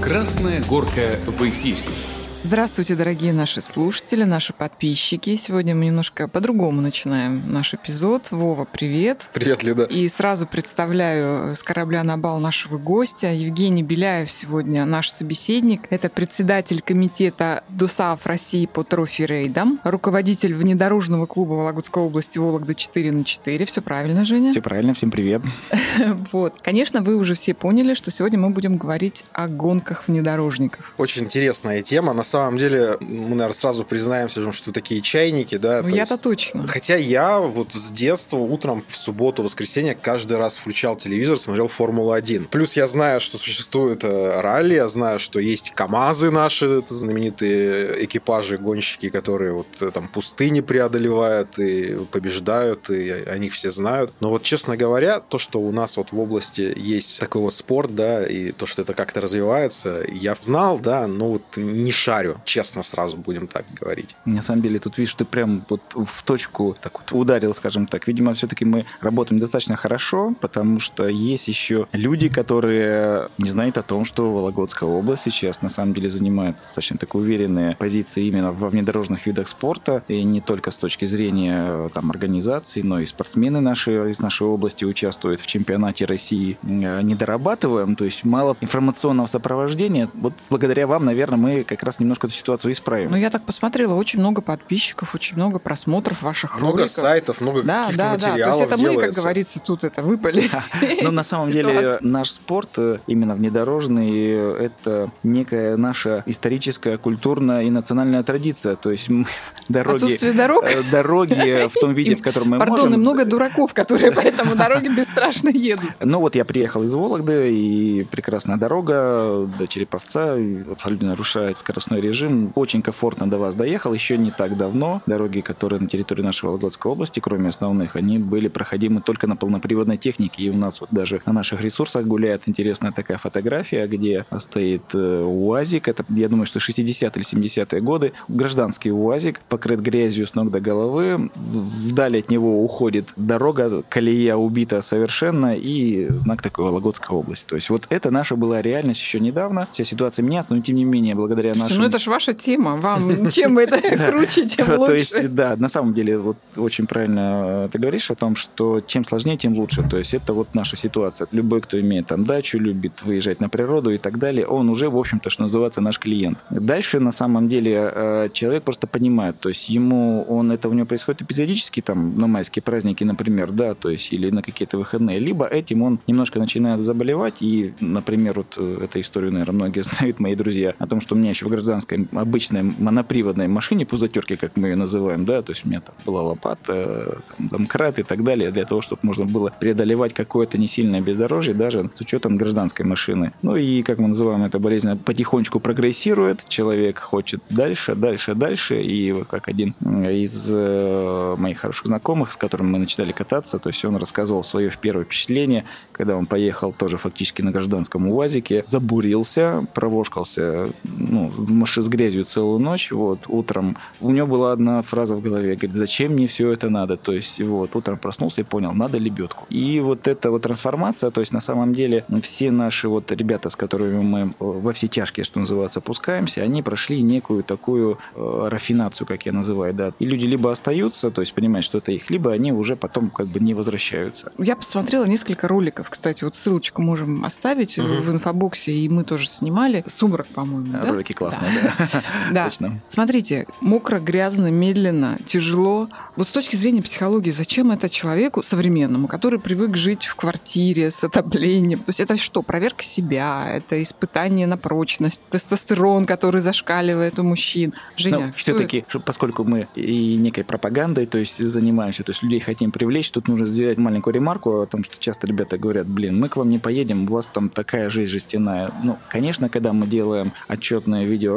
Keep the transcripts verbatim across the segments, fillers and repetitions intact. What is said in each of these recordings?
Красная горка в эфире. Здравствуйте, дорогие наши слушатели, наши подписчики. Сегодня мы немножко по-другому начинаем наш эпизод. Вова, привет. Привет, Лида. И сразу представляю с корабля на бал нашего гостя. Евгений Беляев сегодня наш собеседник. Это председатель комитета ДОСААФ России по трофи-рейдам, руководитель внедорожного клуба Вологодской области Вологда четыре на четыре. Все правильно, Женя? Все правильно, всем привет. Вот. Конечно, вы уже все поняли, что сегодня мы будем говорить о гонках внедорожников. Очень интересная тема. На На самом деле, мы, наверное, сразу признаемся, что такие чайники, да. Ну, я-то есть... точно. Хотя я вот с детства утром в субботу, воскресенье каждый раз включал телевизор, смотрел Формулу один. Плюс я знаю, что существует ралли, я знаю, что есть КАМАЗы наши, это знаменитые экипажи, гонщики, которые вот там пустыни преодолевают и побеждают, и о них все знают. Но вот, честно говоря, то, что у нас вот в области есть такой вот спорт, да, и то, что это как-то развивается, я знал, да, но вот не шарю. Честно, сразу будем так говорить. На самом деле, тут, видишь, ты прям вот в точку так вот ударил, скажем так. Видимо, все-таки мы работаем достаточно хорошо, потому что есть еще люди, которые не знают о том, что Вологодская область сейчас на самом деле занимает достаточно такие уверенные позиции именно во внедорожных видах спорта, и не только с точки зрения там организации, но и спортсмены наши из нашей области участвуют в чемпионате России. Не дорабатываем, то есть мало информационного сопровождения. Вот благодаря вам, наверное, мы как раз немножко эту ситуацию исправим. Ну, я так посмотрела, очень много подписчиков, очень много просмотров ваших много роликов. Много сайтов, много да, каких-то да, материалов да. То есть это делается. мы, как говорится, тут это выпали. Но на самом деле наш спорт, именно внедорожный, это некая наша историческая, культурная и национальная традиция. То есть дороги... Отсутствие дорог? Дороги в том виде, в котором мы можем... Пардон, и много дураков, которые по этому дороге бесстрашно едут. Ну вот я приехал из Вологды, и прекрасная дорога до Череповца абсолютно нарушает скоростной режим. Очень комфортно до вас доехал. Еще не так давно дороги, которые на территории нашей Вологодской области, кроме основных, они были проходимы только на полноприводной технике. И у нас вот даже на наших ресурсах гуляет интересная такая фотография, где стоит УАЗик. Это, я думаю, что шестидесятые или семидесятые годы. Гражданский УАЗик, покрыт грязью с ног до головы. Вдали от него уходит дорога, колея убита совершенно, и знак такой Вологодская область. То есть вот это наша была реальность еще недавно. Вся ситуация меняется, но тем не менее, благодаря Слушайте, нашим... ну это же ваша тема. Вам чем это круче, тем лучше. То есть, да, на самом деле, вот очень правильно ты говоришь о том, что чем сложнее, тем лучше. То есть это вот наша ситуация. Любой, кто имеет там дачу, любит выезжать на природу и так далее, он уже, в общем-то, что называется, наш клиент. Дальше, на самом деле, человек просто понимает, то есть ему, он, это у него происходит эпизодически, там, на майские праздники, например, да, то есть, или на какие-то выходные, либо этим он немножко начинает заболевать, и, например, вот эту историю, наверное, многие знают, мои друзья, о том, что у меня еще в гражданской обычной моноприводной машине, пузатерке, как мы ее называем, да, то есть у меня там была лопата, там, домкрат и так далее, для того, чтобы можно было преодолевать какое-то несильное бездорожье, даже с учетом гражданской машины. Ну и, как мы называем это, болезнь потихонечку прогрессирует, человек хочет дальше, дальше, дальше, и как один из моих хороших знакомых, с которым мы начинали кататься, то есть он рассказывал свое первое впечатление, когда он поехал тоже фактически на гражданском УАЗике, забурился, провошкался, ну, в машине с грязью целую ночь, вот, утром у него была одна фраза в голове, говорит, зачем мне все это надо, то есть, вот, утром проснулся и понял, надо лебедку. И вот эта вот трансформация, то есть, на самом деле, все наши вот ребята, с которыми мы во все тяжкие, что называется, опускаемся, они прошли некую такую э, рафинацию, как я называю, да, и люди либо остаются, то есть, понимают, что это их, либо они уже потом как бы не возвращаются. Я посмотрела несколько роликов, кстати, вот ссылочку можем оставить угу. в инфобоксе, и мы тоже снимали. «Сумрак», по-моему, да? Ролики классные, да. Да. Точно. Смотрите, мокро, грязно, медленно, тяжело. Вот с точки зрения психологии, зачем это человеку современному, который привык жить в квартире с отоплением? То есть это что, проверка себя, это испытание на прочность, тестостерон, который зашкаливает у мужчин. Женя, ну, что все-таки, это? Поскольку мы и некой пропагандой, то есть занимаемся, то есть людей хотим привлечь, тут нужно сделать маленькую ремарку о том, что часто ребята говорят, блин, мы к вам не поедем, у вас там такая жизнь жестяная. Ну, конечно, когда мы делаем отчетные видеоролики,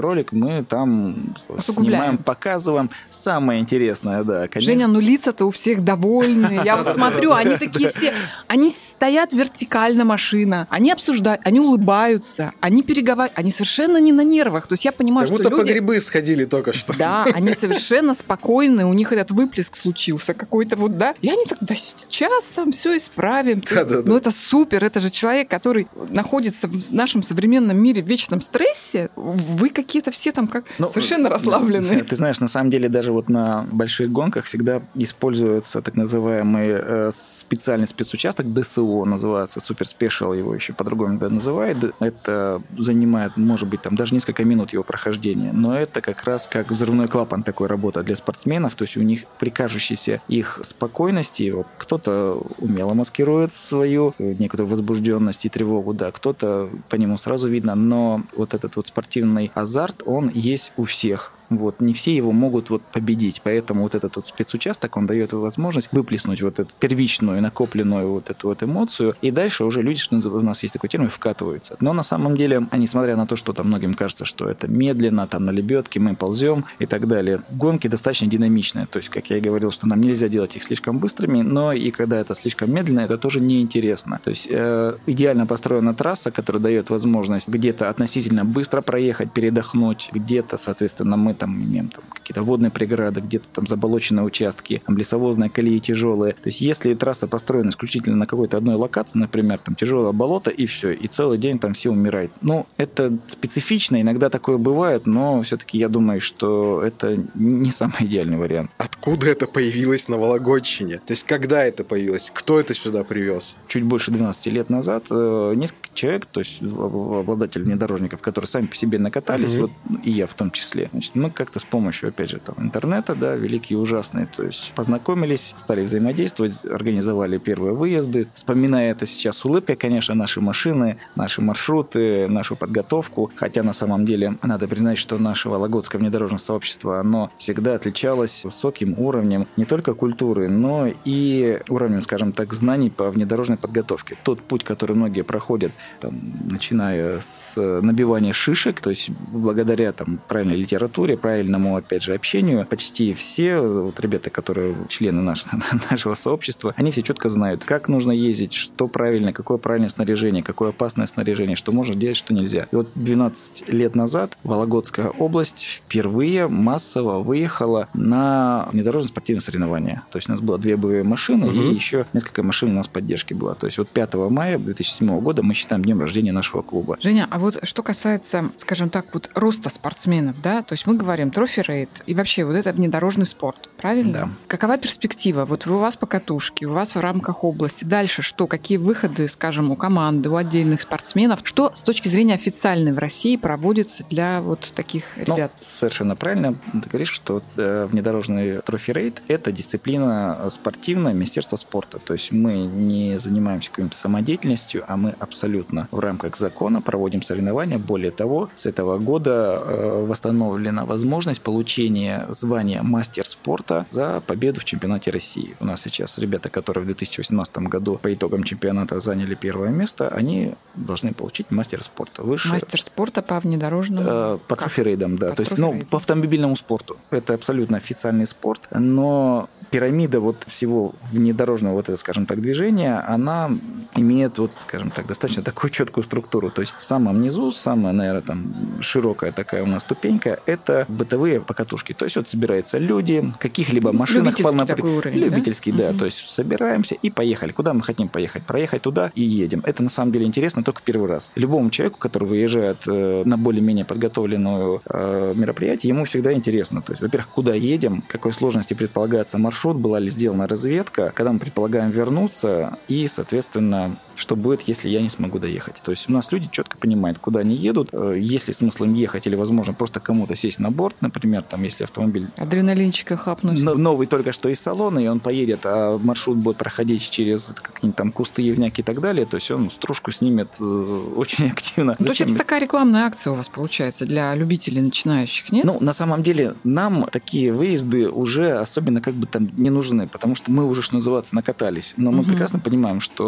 ролик, мы там снимаем, показываем. Самое интересное, да, конечно. Женя, ну лица-то у всех довольны. Я вот смотрю, они такие все... Они стоят вертикально, машина. Они обсуждают, они улыбаются, они переговаривают. Они совершенно не на нервах. То есть я понимаю, как что будто люди... по грибы сходили только что. Да, они совершенно спокойны, у них этот выплеск случился какой-то вот, да. И они так, да сейчас там все исправим. Да, да, да. Ну это супер, это же человек, который находится в нашем современном мире в вечном стрессе. Вы какие-то все там как ну, совершенно расслабленные. Ты знаешь, на самом деле даже вот на больших гонках всегда используется так называемый э, специальный спецучасток, ДСО называется, супер спешл его еще по-другому называют. Это занимает, может быть, там даже несколько минут его прохождения, но это как раз как взрывной клапан такой работа для спортсменов, то есть у них при кажущейся их спокойности, вот, кто-то умело маскирует свою некоторую возбужденность и тревогу, да, кто-то по нему сразу видно, но вот этот вот спортивный азарт, он есть у всех. Вот, не все его могут вот победить, поэтому вот этот вот спецучасток, он дает возможность выплеснуть вот эту первичную накопленную вот эту вот эмоцию, и дальше уже люди, что у нас есть такой термин, вкатываются. Но на самом деле, несмотря на то, что там многим кажется, что это медленно, там на лебедке мы ползем и так далее, гонки достаточно динамичные, то есть, как я и говорил, что нам нельзя делать их слишком быстрыми, но и когда это слишком медленно, это тоже неинтересно. То есть, э, идеально построена трасса, которая дает возможность где-то относительно быстро проехать, передохнуть, где-то, соответственно, мы там имеем там, какие-то водные преграды, где-то там заболоченные участки, там лесовозные колеи тяжелые. То есть если трасса построена исключительно на какой-то одной локации, например, там тяжелое болото и все, и целый день там все умирают. Ну, это специфично, иногда такое бывает, но все-таки я думаю, что это не самый идеальный вариант. Откуда это появилось на Вологодчине? То есть когда это появилось? Кто это сюда привез? Чуть больше двенадцати лет назад несколько человек, то есть обладатели внедорожников, которые сами по себе накатались, mm-hmm. вот, и я в том числе, значит, мы как-то с помощью, опять же, там, интернета, да, великий и ужасный, то есть познакомились, стали взаимодействовать, организовали первые выезды. Вспоминая это сейчас с улыбкой, конечно, наши машины, наши маршруты, нашу подготовку, хотя на самом деле надо признать, что наше вологодское внедорожное сообщество, оно всегда отличалось высоким уровнем не только культуры, но и уровнем, скажем так, знаний по внедорожной подготовке. Тот путь, который многие проходят, там, начиная с набивания шишек, то есть благодаря там, правильной литературе, правильному, опять же, общению, почти все вот ребята, которые члены нашего, нашего сообщества, они все четко знают, как нужно ездить, что правильно, какое правильное снаряжение, какое опасное снаряжение, что можно делать, что нельзя. И вот двенадцать лет назад Вологодская область впервые массово выехала на внедорожные спортивные соревнования. То есть у нас было две боевые машины, угу. и еще несколько машин у нас поддержки было. То есть вот пятого мая две тысячи седьмого года мы считаем днем рождения нашего клуба. Женя, а вот что касается, скажем так, вот роста спортсменов, да, то есть мы говорим трофи-рейд и вообще вот это внедорожный спорт, правильно? Да. Какова перспектива? Вот у вас покатушки, у вас в рамках области. Дальше что? Какие выходы, скажем, у команды, у отдельных спортсменов? Что с точки зрения официальной в России проводится для вот таких ребят? Ну, совершенно правильно ты говоришь, что э, внедорожный трофи-рейд – это дисциплина спортивная Министерства спорта. То есть мы не занимаемся какой-то самодеятельностью, а мы абсолютно в рамках закона проводим соревнования. Более того, с этого года э, восстановлена возможность получения звания мастер спорта за победу в чемпионате России. У нас сейчас ребята, которые в две тысячи восемнадцатом году по итогам чемпионата заняли первое место, они должны получить мастер спорта. Выше... Мастер спорта по внедорожному? Э, по трофи-рейдам, да. По То есть, ну, по автомобильному спорту. Это абсолютно официальный спорт, но пирамида вот всего внедорожного вот это, скажем так, движения, она имеет вот, скажем так, достаточно такую четкую структуру. То есть в самом низу, самая, наверное, там широкая такая у нас ступенька, это бытовые покатушки. То есть вот собираются люди, каких-либо машинах. Любительский такой уровень, Любительский, да? да. Угу. То есть собираемся и поехали. Куда мы хотим поехать? Проехать туда и едем. Это на самом деле интересно только первый раз. Любому человеку, который выезжает э, на более-менее подготовленную э, мероприятие, ему всегда интересно. То есть, во-первых, куда едем, какой сложности предполагается маршрут, была ли сделана разведка, когда мы предполагаем вернуться и, соответственно, что будет, если я не смогу доехать. То есть у нас люди четко понимают, куда они едут, есть ли смысл им ехать или, возможно, просто кому-то сесть на борт, например, там, если автомобиль... Адреналинчика хапнуть. Новый только что из салона, и он поедет, а маршрут будет проходить через какие-нибудь там кусты, явняки и так далее, то есть он стружку снимет очень активно. То есть это такая рекламная акция у вас получается для любителей начинающих, нет? Ну, на самом деле, нам такие выезды уже особенно как бы там не нужны, потому что мы уже, что называется, накатались. Но мы угу. прекрасно понимаем, что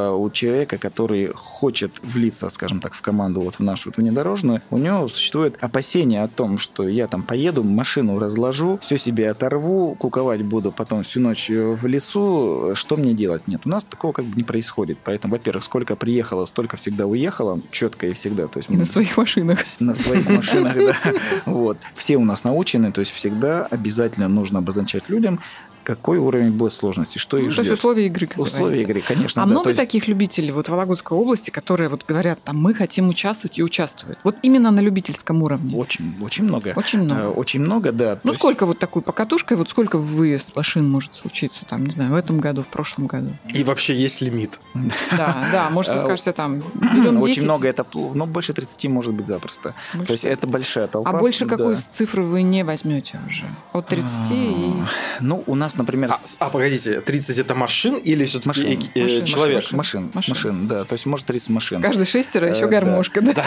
что у человека, который хочет влиться, скажем так, в команду вот в нашу внедорожную, у него существует опасение о том, что я там поеду, машину разложу, все себе оторву, куковать буду потом всю ночь в лесу, что мне делать? Нет, у нас такого как бы не происходит. Поэтому, во-первых, сколько приехало, столько всегда уехало, четко и всегда. То есть И мы... на своих машинах. На своих машинах, да. Вот. Все у нас научены, то есть всегда обязательно нужно обозначать людям, какой уровень будет сложности, что их Ну, ждет. то есть условия игры, как Условия говорится. игры, конечно. А да, много то есть- таких любителей вот в Вологодской области, которые вот говорят, там, мы хотим участвовать и участвуют. Вот именно на любительском уровне. Очень, очень много. Очень много. Э, Очень много, да. То Ну, есть- сколько вот такой покатушкой, вот сколько выезд машин может случиться, там, не знаю, в этом году, в прошлом году? И вообще есть лимит. Да, да, может, вы А, скажете, там, миллион Очень десять? много, это, но больше тридцати может быть запросто. Больше То есть это большая толпа. А больше да. какой цифры вы не возьмете уже? От тридцати и... Ну, у нас, например... А, с- а, погодите, тридцать это машин или все-таки Машин. Машин. человек? Машин, Машин. машин, да. То есть может тридцать машин. Каждый шестеро, еще Э, гармошка, да?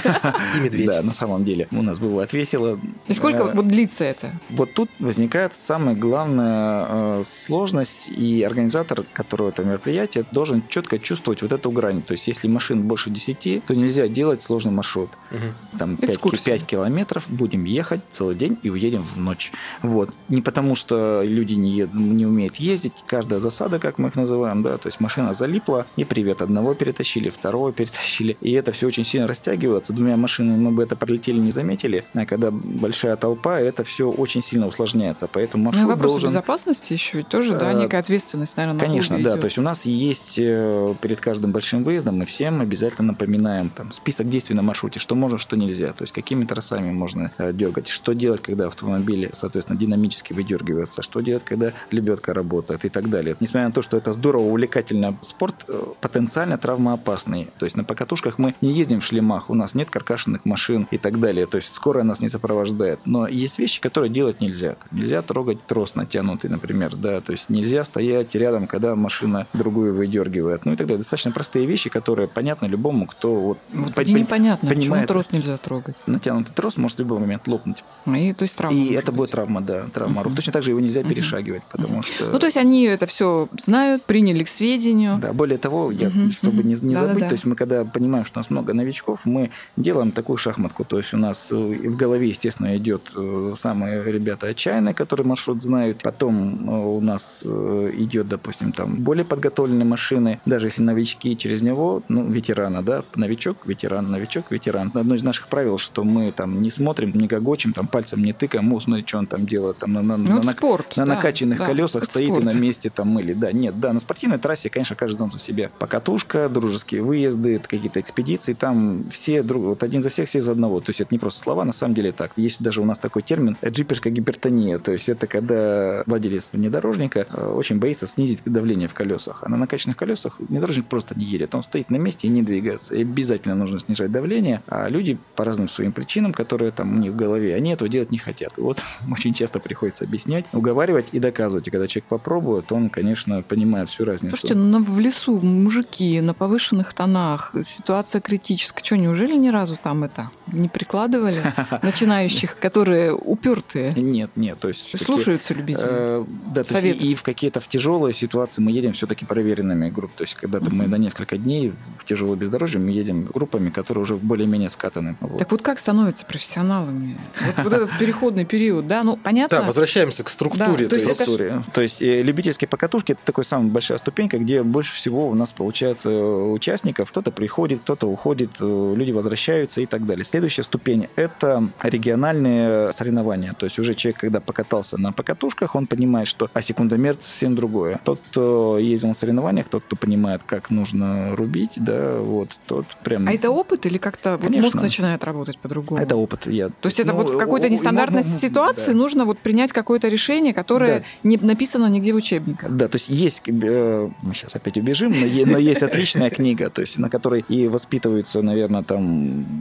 И медведь. Да, на самом деле. У нас бывает весело. И сколько Э, вот длится это? Вот тут возникает самая главная э, сложность, и организатор, который это мероприятие, должен четко чувствовать вот эту грань. То есть, если машин больше десяти, то нельзя делать сложный маршрут. Мгм. Там пять, Экскурсия. километров, будем ехать целый день и уедем в ночь. Вот. Не потому, что люди не, ед- не умеют ездить, каждая засада, как мы их называем, да, то есть машина залипла, и привет, одного перетащили, второго перетащили, и это все очень сильно растягивается. Двумя машинами мы бы это пролетели, не заметили, а когда большая толпа, это все очень сильно усложняется, поэтому Ну, и маршрут вопрос должен... безопасности еще ведь тоже, да, Э, некая ответственность, наверное, на Конечно, Волге да. идет. То есть у нас есть э, перед каждым большим выездом мы всем обязательно напоминаем там, список действий на маршруте, что можно, что нельзя. То есть какими тросами можно э, дергать, что делать, когда автомобиль, соответственно, динамически выдергивается, что делать, когда лебедка работает и так далее. Несмотря на то, что это здорово, увлекательно, спорт э, потенциально травмоопасный. То есть на покатушках мы не ездим в шлемах, у нас нет каркашенных машин и так далее. То есть скорая нас не сопровождает. Но есть вещи, которые делать нельзя. Нельзя трогать трос натянутый, например, да, то есть нельзя стоять рядом, когда машина другую выдергивает, ну и так далее. Достаточно простые вещи, которые понятны любому, кто вот, Вот по- мне по- непонятно, почему понимает. трос нельзя трогать. Натянутый трос может в любой момент лопнуть. И, то есть травма И может это быть. будет травма, да, травма рук. Точно так же его нельзя перешагивать, потому что... Ну, то есть они это все знают, приняли к сведению. Да, более того, я, Мгм, чтобы не, не Да-да-да. забыть, то есть мы когда понимаем, что у нас много новичков, мы делаем такую шахматку, то есть у нас э, в голове, естественно, идет э, самые ребята отчаянные, которые маршрут знают, потом э, у нас э, идет, допустим, там более подготовленные машины, даже если новички, через него, ну, ветерана, да, новичок, ветеран, новичок, ветеран. Одно из наших правил, что мы там не смотрим, не гогочим, там пальцем не тыкаем, о, смотри, что он там делает, там на, на, Ну, на, это на- спорт. на да, накачанных да, колесах это стоит спорт. и на месте там мыли. Да, нет, да, на спортивной трассе, конечно, каждый сам за себя. Покатушка, дружеские выезды, это какие-то экспедиции, там все друг, вот один за всех, все за одного. То есть это не просто слова, на самом деле так. Есть даже у нас такой термин джиперская гипертония. То есть это когда владелец внедорожника э, очень боится снизить давление в колесах. А на накачанных колесах внедорожник просто не едет. Он стоит на месте и не двигается. И обязательно нужно снижать давление. А люди по разным своим причинам, которые там у них в голове, они этого делать не хотят. И вот очень часто приходится объяснять, уговаривать и доказывать. И когда человек попробует, он, конечно, понимает всю разницу. Слушайте, ну в лесу мужики на повышенных тонах, ситуация критическая. Что, неужели ни разу там это не прикладывали начинающих, которые упертые, Нет, нет, то есть всё-таки, слушаются любителей? э, да, то есть Советов. и, и в какие-то в тяжелые ситуации мы едем все-таки проверенными группами. То есть когда-то мы на несколько дней в тяжелое бездорожье мы едем группами, которые уже более-менее скатаны. Вот. Так вот как становятся профессионалами? Вот, вот этот переходный период, да, ну понятно. Да, возвращаемся к структуре. Да, то есть это ж- Структуре. То есть э, любительские покатушки — это такая самая большая ступенька, где больше всего у нас получается э, участников. Кто-то приходит, кто-то уходит, э, люди возвращаются и так далее. Следующая ступень — это региональные соревнования. То есть уже человек, когда покатался на покатушках, он понимает, что а секундомер совсем другое. Тот, кто ездил на соревнованиях, тот, кто понимает, как нужно рубить, да, вот, тот прям... А это опыт или как-то вот Конечно. мозг начинает работать по-другому? Это опыт. Я... То есть это Ну, вот в какой-то о- о- нестандартной ну, ну, ситуации да. нужно вот принять какое-то решение, которое Да. не написано нигде в учебниках. Да, то есть есть, э, мы сейчас опять убежим, но, е- но есть отличная книга, то есть на которой и воспитываются, наверное, там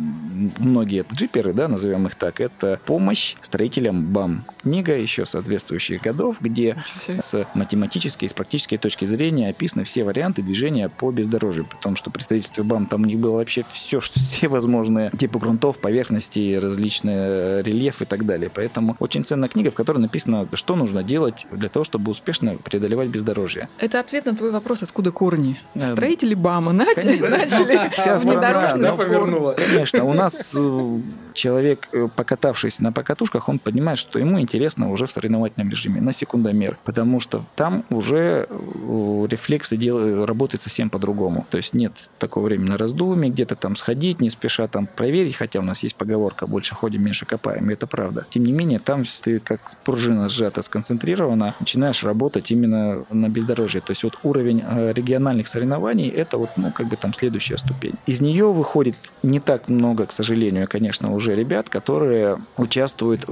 многие джиперы, да, назовем их так, это помощь строителям БАМ. Книга еще соответствующих годов, где с математической и с практической точки зрения описаны все варианты движения по бездорожью, потому что при строительстве БАМ там у них было вообще все, что, все возможные типы грунтов, поверхностей, различные рельефы и так далее. Поэтому очень ценная книга, в которой написано, что нужно делать для того, чтобы успешно преодолевать бездорожье. Это ответ на твой вопрос, откуда корни. Строители БАМа начали, начали Вся внедорожный повернула. Конечно, у нас человек, покатавшись на покатушках, он понимает, что ему интересно уже в соревновательном режиме, на секундомер, потому что там уже рефлексы дел... работают совсем по-другому. То есть нет такого времени на раздумье, где-то там сходить, не спеша там проверить, хотя у нас есть поговорка «больше ходим, меньше копаем», и это правда. Тем не менее, там ты как пружина сжата, сконцентрирована, начинаешь работать именно на бездорожье. То есть вот уровень региональных соревнований – это вот, ну, как бы там следующая ступень. Из нее выходит не так много, к сожалению, конечно, уже ребят, которые участвуют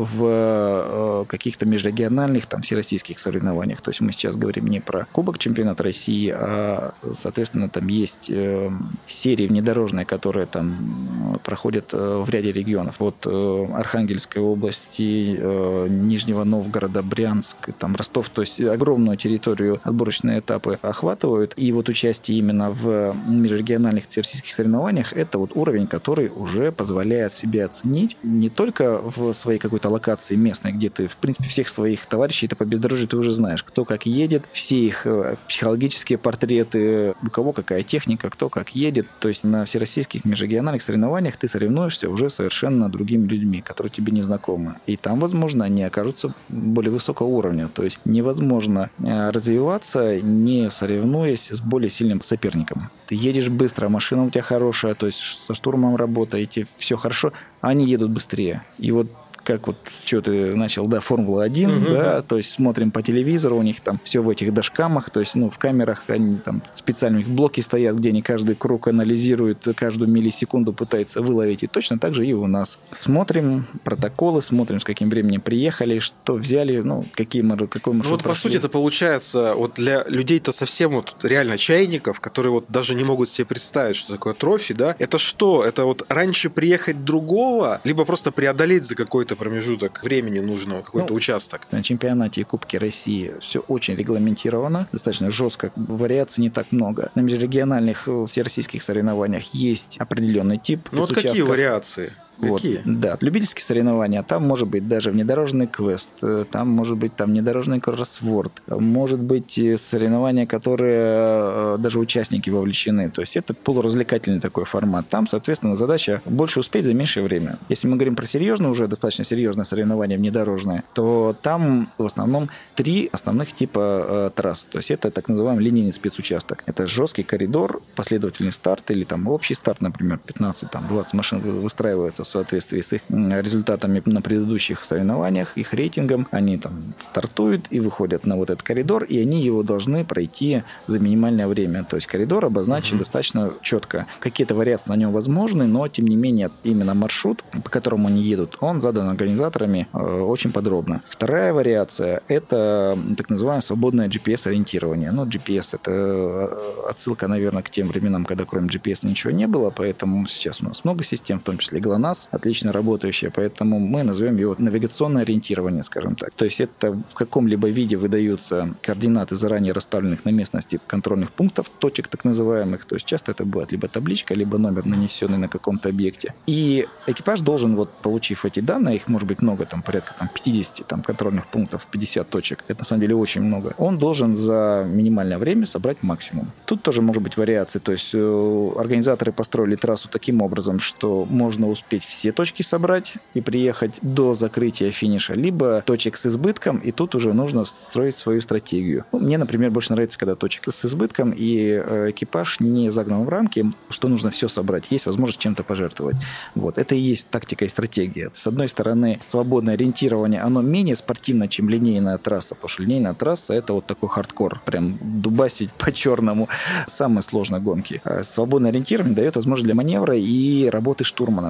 в каких-то межрегиональных, там, всероссийских соревнованиях. То есть мы сейчас говорим не про Кубок Чемпионата России, а, соответственно, там есть серии внедорожные, которые там проходят в ряде регионов. Вот Архангельской области, Нижнего Новгорода, Брянск, там Ростов, то есть огромную территорию отборочные этапы охватывают. И вот участие именно в межрегиональных всероссийских соревнованиях – это вот уровень, который уже позволяет себе оценить не только в своей какой-то локации местной, где ты, в принципе, всех своих товарищей это по бездорожью ты уже знаешь, кто как едет, все их психологические портреты, у кого какая техника, кто как едет. То есть на всероссийских межрегиональных соревнованиях ты соревнуешься уже совершенно другими людьми, которые тебе не знакомы. И там, возможно, они окажутся более высокого уровня. То есть невозможно развиваться, не соревнуясь с более сильным соперником. Ты едешь быстро, машина у тебя хорошая, то есть со штурмом работаете, все хорошо, а они едут быстрее. И вот как вот с чего ты начал, да, Формула один, uh-huh. да, то есть смотрим по телевизору, у них там все в этих дашкамах, то есть, ну, в камерах они там специально, у них блоки стоят, где они каждый круг анализируют, каждую миллисекунду пытаются выловить, и точно так же и у нас. Смотрим протоколы, смотрим, с каким временем приехали, что взяли, ну, какие, какой маршрут Ну, вот, прошли. по сути, это получается, вот для людей-то совсем вот реально чайников, которые вот даже не могут себе представить, что такое трофи, да, это что? Это вот раньше приехать другого, либо просто преодолеть за какой-то промежуток времени нужного, какой-то ну, участок. На чемпионате и Кубке России все очень регламентировано, достаточно жестко, вариаций не так много. На межрегиональных всероссийских соревнованиях есть определенный тип. Ну вот какие вариации? Вот, да, любительские соревнования, там может быть даже внедорожный квест, там может быть там внедорожный кроссворд, может быть соревнования, которые даже участники вовлечены, то есть это полуразвлекательный такой формат. Там, соответственно, задача больше успеть за меньшее время. Если мы говорим про серьезное, уже достаточно серьезное соревнование внедорожное, то там в основном три основных типа э, трасс, то есть это так называемый линейный спецучасток. Это жесткий коридор, последовательный старт или там общий старт, например, пятнадцать-двадцать машин выстраиваются в соответствии с их результатами на предыдущих соревнованиях, их рейтингом. Они там стартуют и выходят на вот этот коридор, и они его должны пройти за минимальное время. То есть коридор обозначен uh-huh. достаточно четко. Какие-то вариации на нем возможны, но тем не менее именно маршрут, по которому они едут, он задан организаторами э, очень подробно. Вторая вариация – это так называемое свободное джи пи эс-ориентирование. Ну, джи пи эс – это отсылка, наверное, к тем временам, когда кроме джи пи эс ничего не было, поэтому сейчас у нас много систем, в том числе и ГЛОНАСС, отлично работающая, поэтому мы назовем его навигационное ориентирование, скажем так. То есть это в каком-либо виде выдаются координаты заранее расставленных на местности контрольных пунктов, точек так называемых, то есть часто это бывает либо табличка, либо номер, нанесенный на каком-то объекте. И экипаж должен, вот получив эти данные, их может быть много, там порядка там, пятьдесят там, контрольных пунктов, пятьдесят точек, это на самом деле очень много, он должен за минимальное время собрать максимум. Тут тоже может быть вариации, то есть организаторы построили трассу таким образом, что можно успеть все точки собрать и приехать до закрытия финиша, либо точек с избытком, и тут уже нужно строить свою стратегию. Ну, мне, например, больше нравится, когда точек с избытком, и экипаж не загнан в рамки, что нужно все собрать, есть возможность чем-то пожертвовать. Вот. Это и есть тактика и стратегия. С одной стороны, свободное ориентирование, оно менее спортивно, чем линейная трасса, потому что линейная трасса — это вот такой хардкор, прям дубасить по-черному, самые сложные гонки. А свободное ориентирование дает возможность для маневра и работы штурмана, то есть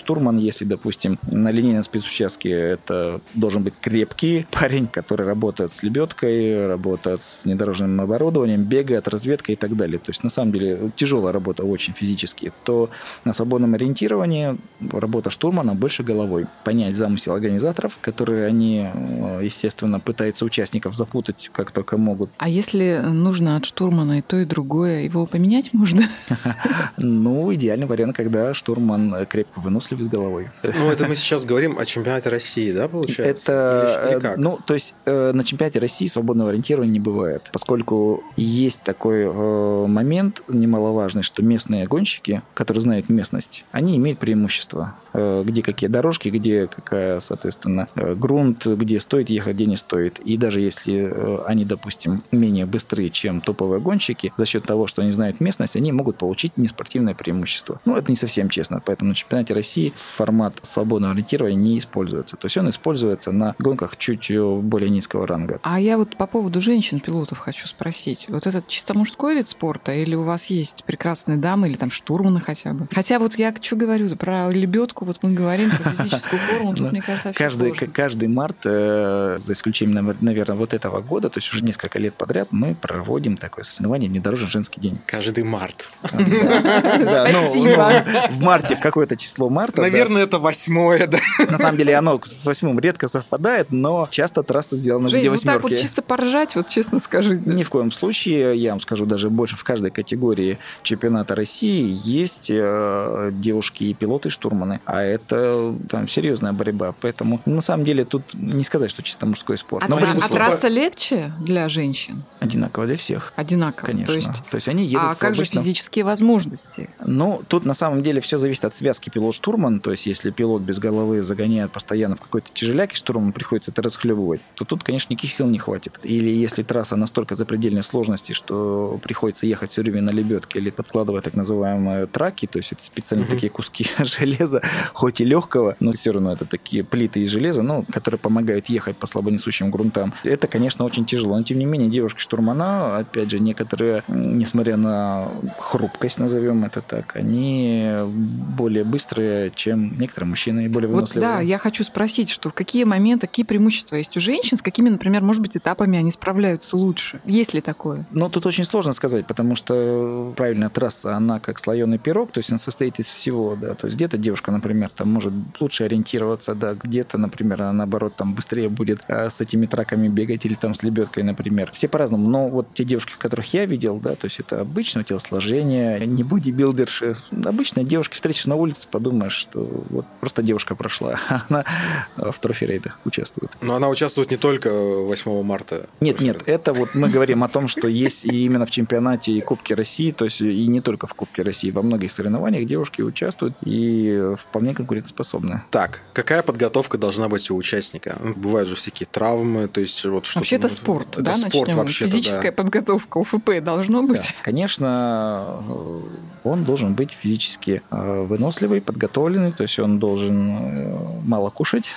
штурман, если, допустим, на линейном спецучастке это должен быть крепкий парень, который работает с лебедкой, работает с внедорожным оборудованием, бегает, разведкой и так далее. То есть, на самом деле, тяжелая работа очень физически. То на свободном ориентировании работа штурмана больше головой. Понять замысел организаторов, которые они, естественно, пытаются участников запутать как только могут. А если нужно от штурмана и то, и другое, его поменять можно? Ну, идеальный вариант, когда штурман крепко выносливый с головой. Ну, это мы сейчас говорим о чемпионате России, да, получается? Это, или, или как? Ну, то есть на чемпионате России свободного ориентирования не бывает, поскольку есть такой момент немаловажный, что местные гонщики, которые знают местность, они имеют преимущество. Где какие дорожки, где какая, соответственно, грунт, где стоит ехать, где не стоит. И даже если они, допустим, менее быстрые, чем топовые гонщики, за счет того, что они знают местность, они могут получить неспортивное преимущество. Ну, это не совсем честно, поэтому на чемпионате России формат свободного ориентирования не используется. То есть он используется на гонках чуть более низкого ранга. А я вот по поводу женщин-пилотов хочу спросить. Вот этот чисто мужской вид спорта или у вас есть прекрасные дамы или там штурманы хотя бы? Хотя вот я что говорю, про лебедку вот мы говорим, про физическую форму, тут, мне кажется, вообще каждый, сложно. Каждый март, э, за исключением, наверное, вот этого года, то есть уже несколько лет подряд, мы проводим такое соревнование «Внедорожный женский день». Каждый март. Спасибо. В марте, в какое-то число марта. Наверное, это восьмое, да. На самом деле оно с восьмым редко совпадает, но часто трасса сделана в виде восьмерки. Жень, вот так вот чисто поржать, вот честно скажите. Ни в коем случае, я вам скажу даже больше, в каждой категории чемпионата России есть э, девушки и пилоты, и штурманы. А это там серьезная борьба. Поэтому на самом деле тут не сказать, что чисто мужской спорт. А, Но а, большинство... а трасса легче для женщин? Одинаково для всех. Одинаково. Конечно. То есть, То есть они едут а в как обычном... же физические возможности? Ну, тут на самом деле все зависит от связки пилот-штурман. То есть если пилот без головы загоняет постоянно в какой-то тяжеляк, и штурману приходится это расхлебывать, то тут, конечно, никаких сил не хватит. Или если трасса настолько запредельной сложности, что приходится ехать все время на лебедке или подкладывать так называемые траки, то есть это специально mm-hmm. такие куски железа, хоть и легкого, но все равно это такие плиты из железа, ну, которые помогают ехать по слабонесущим грунтам. Это, конечно, очень тяжело. Но, тем не менее, девушки-штурмана, опять же, некоторые, несмотря на хрупкость, назовем это так, они более быстрые, чем некоторые мужчины, и более выносливые. Вот да, я хочу спросить, что в какие моменты, какие преимущества есть у женщин, с какими, например, может быть, этапами они справляются лучше? Есть ли такое? Ну, тут очень сложно сказать, потому что правильная трасса, она как слоеный пирог, то есть она состоит из всего, да, то есть где-то девушка, например, там может лучше ориентироваться, да, где-то, например, она, наоборот, там быстрее будет а, с этими траками бегать или там с лебедкой, например. Все по-разному, но вот те девушки, которых я видел, да, то есть это обычное телосложение, не бодибилдерши, обычная девушка, встретишь на улице, подумаешь, что вот просто девушка прошла, а она в трофи-рейдах участвует. Но она участвует не только восьмого марта. Нет, нет, это вот мы говорим о том, что есть и именно в чемпионате и Кубке России, то есть и не только в Кубке России, во многих соревнованиях девушки участвуют и вполне конкурентоспособны. Так, какая подготовка должна быть у участника? Бывают же всякие травмы, то есть вот что-то... Вообще это спорт, это да, спорт начнем? вообще-то, Физическая да. подготовка, УФП должно быть? Да, конечно, он должен быть физически выносливый, подготовленный, то есть он должен мало кушать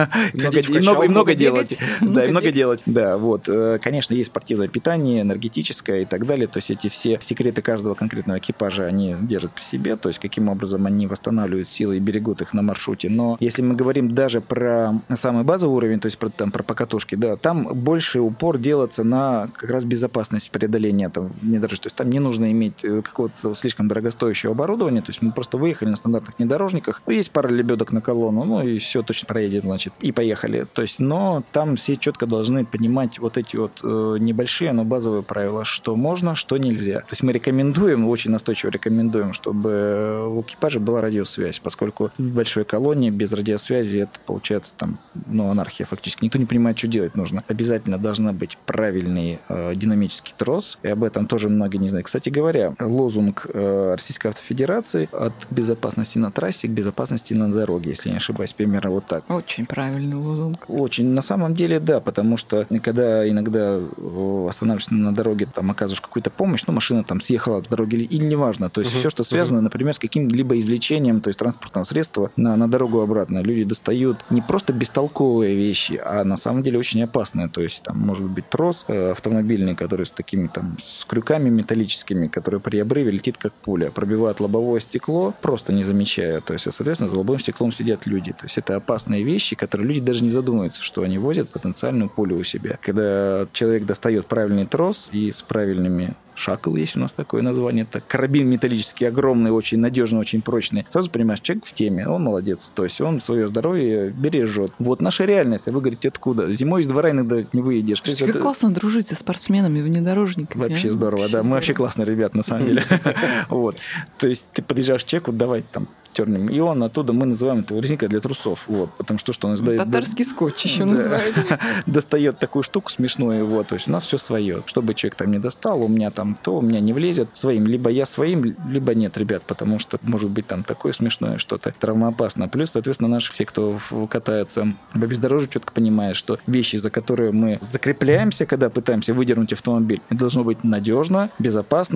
и много, много делать. Да, и много делать. Да, вот. Конечно, есть спортивное питание, энергетическое и так далее. То есть эти все секреты каждого конкретного экипажа они держат при себе, то есть каким образом они восстанавливают силы и берегут их на маршруте. Но если мы говорим даже про самый базовый уровень, то есть про, там, про покатушки, да, там больше упор делается на как раз безопасность преодоления там, внедорожья. То есть там не нужно иметь какого-то слишком дорогостоящего оборудования, то есть мы просто выехали на стандартных внедорожниках, ну, есть пара лебедок на колонну, ну и все, точно проедем, значит, и поехали. То есть, но там все четко должны понимать вот эти вот э, небольшие, но базовые правила, что можно, что нельзя. То есть мы рекомендуем, очень настойчиво рекомендуем, чтобы у экипажа была радиосвязь, поскольку в большой колонии без радиосвязи это получается там, ну, анархия фактически. Никто не понимает, что делать нужно. Обязательно должна быть правильный э, динамический трос, и об этом тоже многие не знают. Кстати говоря, лозунг э, Российской автофедерации от безопасности на трассе к безопасности на дороге, если я не ошибаюсь, примерно вот так. Очень правильный лозунг. Очень. На самом деле, да, потому что когда иногда останавливаешься на дороге, там оказываешь какую-то помощь, ну, машина там съехала с дороги или, или неважно, то есть uh-huh. все, что связано, uh-huh. например, с каким-либо извлечением, то есть транспортного средства на, на дорогу обратно. Люди достают не просто бестолковые вещи, а на самом деле очень опасные, то есть там может быть трос э, автомобильный, который с такими там с крюками металлическими, который при обрыве летит как пуля, пробивает лобовое стекло, просто не замечая, то То есть, соответственно, за лобовым стеклом сидят люди. То есть это опасные вещи, которые люди даже не задумываются, что они возят потенциальную пулю у себя. Когда человек достает правильный трос и с правильными... Шакл есть у нас такое название. Это карабин металлический, огромный, очень надежный, очень прочный. Сразу понимаешь, человек в теме, он молодец. То есть он свое здоровье бережет. Вот наша реальность. А вы говорите, откуда? Зимой из двора иногда не выедешь. Слушайте, как это... классно дружить со спортсменами, внедорожниками. Вообще а? здорово, Вообще да. здорово. Мы вообще классные ребята, на самом деле. Вот. То есть ты подъезжаешь к человеку, давай там тернем. И он оттуда, мы называем это резинка для трусов. Вот. Потому что что он издает... Татарский скотч еще называют. Достает такую штуку смешную. Вот. То есть у нас все свое. Чтобы человек там не достал, у меня там то, у меня не влезет своим. Либо я своим, либо нет, ребят. Потому что может быть там такое смешное что-то травмоопасно. Плюс, соответственно, наши все, кто катается по бездорожью, четко понимают, что вещи, за которые мы закрепляемся, когда пытаемся выдернуть автомобиль, это должно быть надежно, безопасно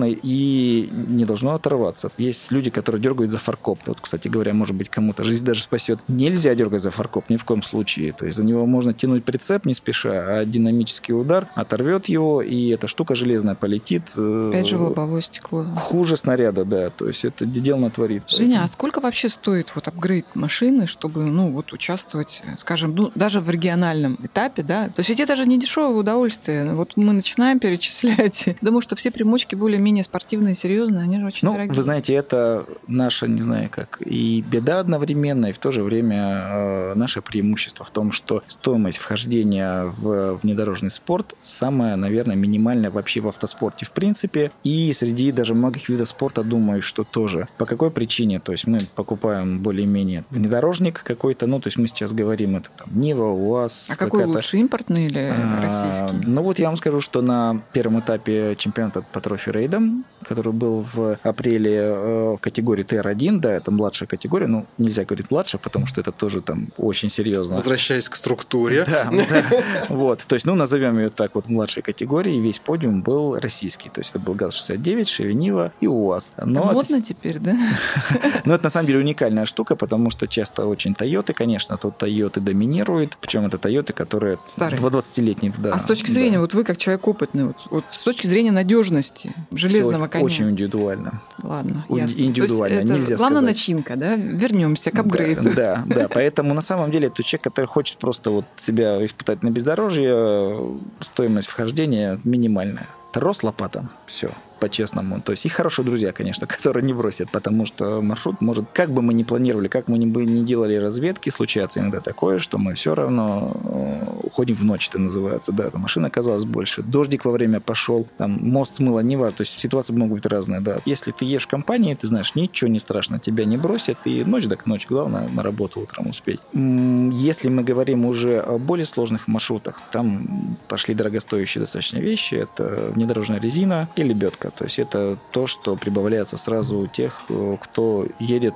и не должно оторваться. Есть люди, которые дергают за фаркоп. Вот, кстати говоря, может быть, кому-то жизнь даже спасет. Нельзя дергать за фаркоп ни в коем случае. То есть за него можно тянуть прицеп не спеша, а динамический удар оторвет его, и эта штука железная полетит. Опять же в лобовое стекло. Хуже снаряда, да. То есть это дело натворит. Женя, поэтому... а сколько вообще стоит вот апгрейд машины, чтобы, ну, вот участвовать, скажем, ну, даже в региональном этапе, да? То есть ведь это же не дешевое удовольствие. Вот мы начинаем перечислять. Думаю, что все примочки более-менее спортивные, серьезные, они же очень ну, дорогие. Вы знаете, это наша, не знаю, как и беда одновременно, и в то же время э, наше преимущество в том, что стоимость вхождения в внедорожный спорт самая, наверное, минимальная вообще в автоспорте в принципе, и среди даже многих видов спорта, думаю, что тоже. По какой причине? То есть мы покупаем более-менее внедорожник какой-то, ну, то есть мы сейчас говорим, это там Нива, УАЗ. А какой лучше, импортный или а, российский? Ну, вот я вам скажу, что на первом этапе чемпионата по трофи-рейдам, который был в апреле э, в категории Т Р один, да, это младшая категория, ну, нельзя говорить младшая, потому что это тоже там очень серьезно. Возвращаясь к структуре. Да, да. Вот, то есть, ну, назовем ее так, вот в младшей категории, весь подиум был российский, то есть это был ГАЗ шестьдесят девять, Chevy Niva и УАЗ. Но модно это... теперь, да? Но это на самом деле уникальная штука, потому что часто очень Тойоты, конечно, тут Тойоты доминируют, причем это Тойоты, которые двадцатилетние. Да, а с точки зрения, да. вот вы как человек опытный, вот, вот с точки зрения надежности железного Все коня. Очень индивидуально. Ладно, У- ясно. Индивидуально, это нельзя главная сказать. начинка, да? Вернемся к апгрейду. Да, да, да, поэтому на самом деле это человек, который хочет просто вот себя испытать на бездорожье, стоимость вхождения минимальная. Трос, лопата, все. По-честному. То есть и хорошие друзья, конечно, которые не бросят, потому что маршрут может, как бы мы ни планировали, как мы ни бы не делали разведки, случается иногда такое, что мы все равно уходим в ночь, это называется. Да, машин оказалось больше. Дождик во время пошел, там мост смыло, не важно. То есть ситуации могут быть разные, да. Если ты едешь в компании, ты знаешь, ничего не страшно, тебя не бросят, и ночь так ночь, главное на работу утром успеть. Если мы говорим уже о более сложных маршрутах, там пошли дорогостоящие достаточно вещи, это внедорожная резина и лебедка. То есть это то, что прибавляется сразу у тех, кто едет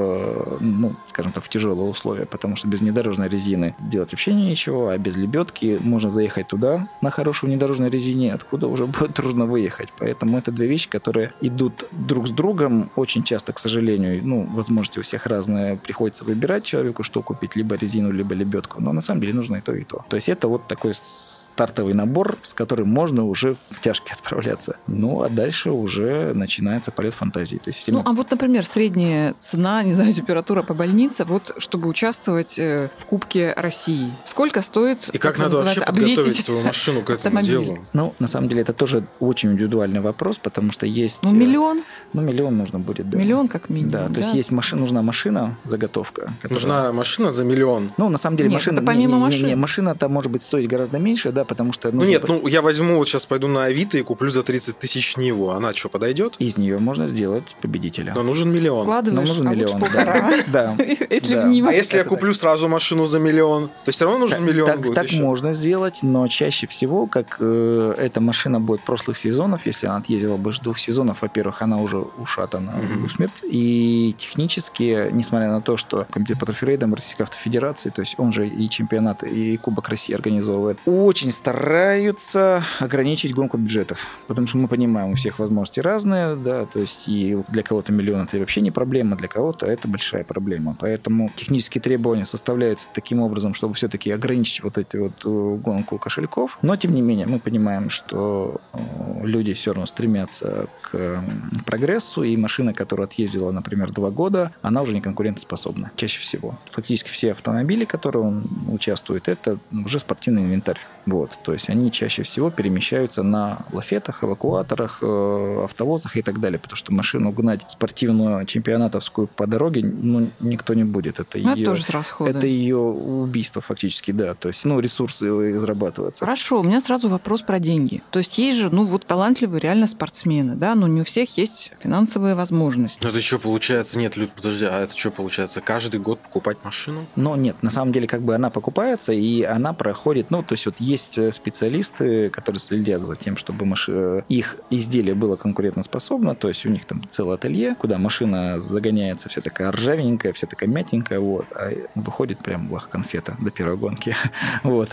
в, ну, скажем так, в тяжелые условия, потому что без внедорожной резины делать вообще ничего, а без лебедки можно заехать туда на хорошей внедорожной резине, откуда уже будет трудно выехать. Поэтому это две вещи, которые идут друг с другом. Очень часто, к сожалению, ну, возможности у всех разные, приходится выбирать человеку, что купить, либо резину, либо лебедку. Но на самом деле нужно и то, и то. То есть это вот такой стартовый набор, с которым можно уже в тяжкие отправляться. Ну, а дальше уже начинается полет фантазии. То есть, ну, а вот, например, средняя цена, не знаю, температура по больнице, вот, чтобы участвовать в Кубке России. Сколько стоит, и как, как надо вообще подготовить свою машину к этому делу? Ну, на самом деле, это тоже очень индивидуальный вопрос, потому что есть... Ну, миллион? Ну, миллион нужно будет, да. Миллион как минимум, да? да? То есть есть машина, нужна машина, заготовка. Которая... Нужна машина за миллион? Ну, на самом деле, Нет, машина... это помимо не, не, машины. Не, не, машина-то может быть стоить гораздо меньше, да, потому что... Ну, нет, ну, я возьму, вот сейчас пойду на Авито и куплю за тридцать тысяч Ниву. Она что, подойдет? Из нее можно сделать победителя. Но нужен миллион. Вкладываешь, Но нужен а миллион, лучше да. да. Если да. в Ниву. А если я куплю сразу машину за миллион, то все равно нужен так, миллион так, будет так еще? можно сделать, но чаще всего, как э, эта машина будет прошлых сезонов, если она отъездила больше двух сезонов, во-первых, она уже ушатана mm-hmm. в смерть. И технически, несмотря на то, что Комитет по трофи-рейдам Российской автофедерации, то есть он же и чемпионат, и Кубок России организовывает, очень очень стараются ограничить гонку бюджетов, потому что мы понимаем, у всех возможности разные, да, то есть и для кого-то миллион это вообще не проблема, для кого-то это большая проблема. Поэтому технические требования составляются таким образом, чтобы все-таки ограничить вот эту вот гонку кошельков. Но, тем не менее, мы понимаем, что люди все равно стремятся к прогрессу, и машина, которая отъездила, например, два года, она уже не конкурентоспособна, чаще всего. Фактически все автомобили, которые он участвует, это уже спортивный инвентарь. Вот. То есть они чаще всего перемещаются на лафетах, эвакуаторах, автовозах и так далее, потому что машину гнать спортивную, чемпионатовскую по дороге ну, никто не будет. Это, ну, ее, это тоже с расхода. Это ее убийство фактически, да. То есть, ну, ресурсы израбатываются. Хорошо, у меня сразу вопрос про деньги. То есть есть же, ну, вот талантливые реально спортсмены, да, но не у всех есть финансовые возможности. Ну, это что, получается, нет, Люд, подожди, а это что, получается, каждый год покупать машину? Но нет, на самом деле, как бы она покупается, и она проходит, ну, то есть вот есть специалисты, которые следят за тем, чтобы маш... их изделие было конкурентоспособно, то есть у них там целое ателье, куда машина загоняется вся такая ржавенькая, вся такая мятенькая, вот, а выходит прям лах-конфета до первой гонки, вот,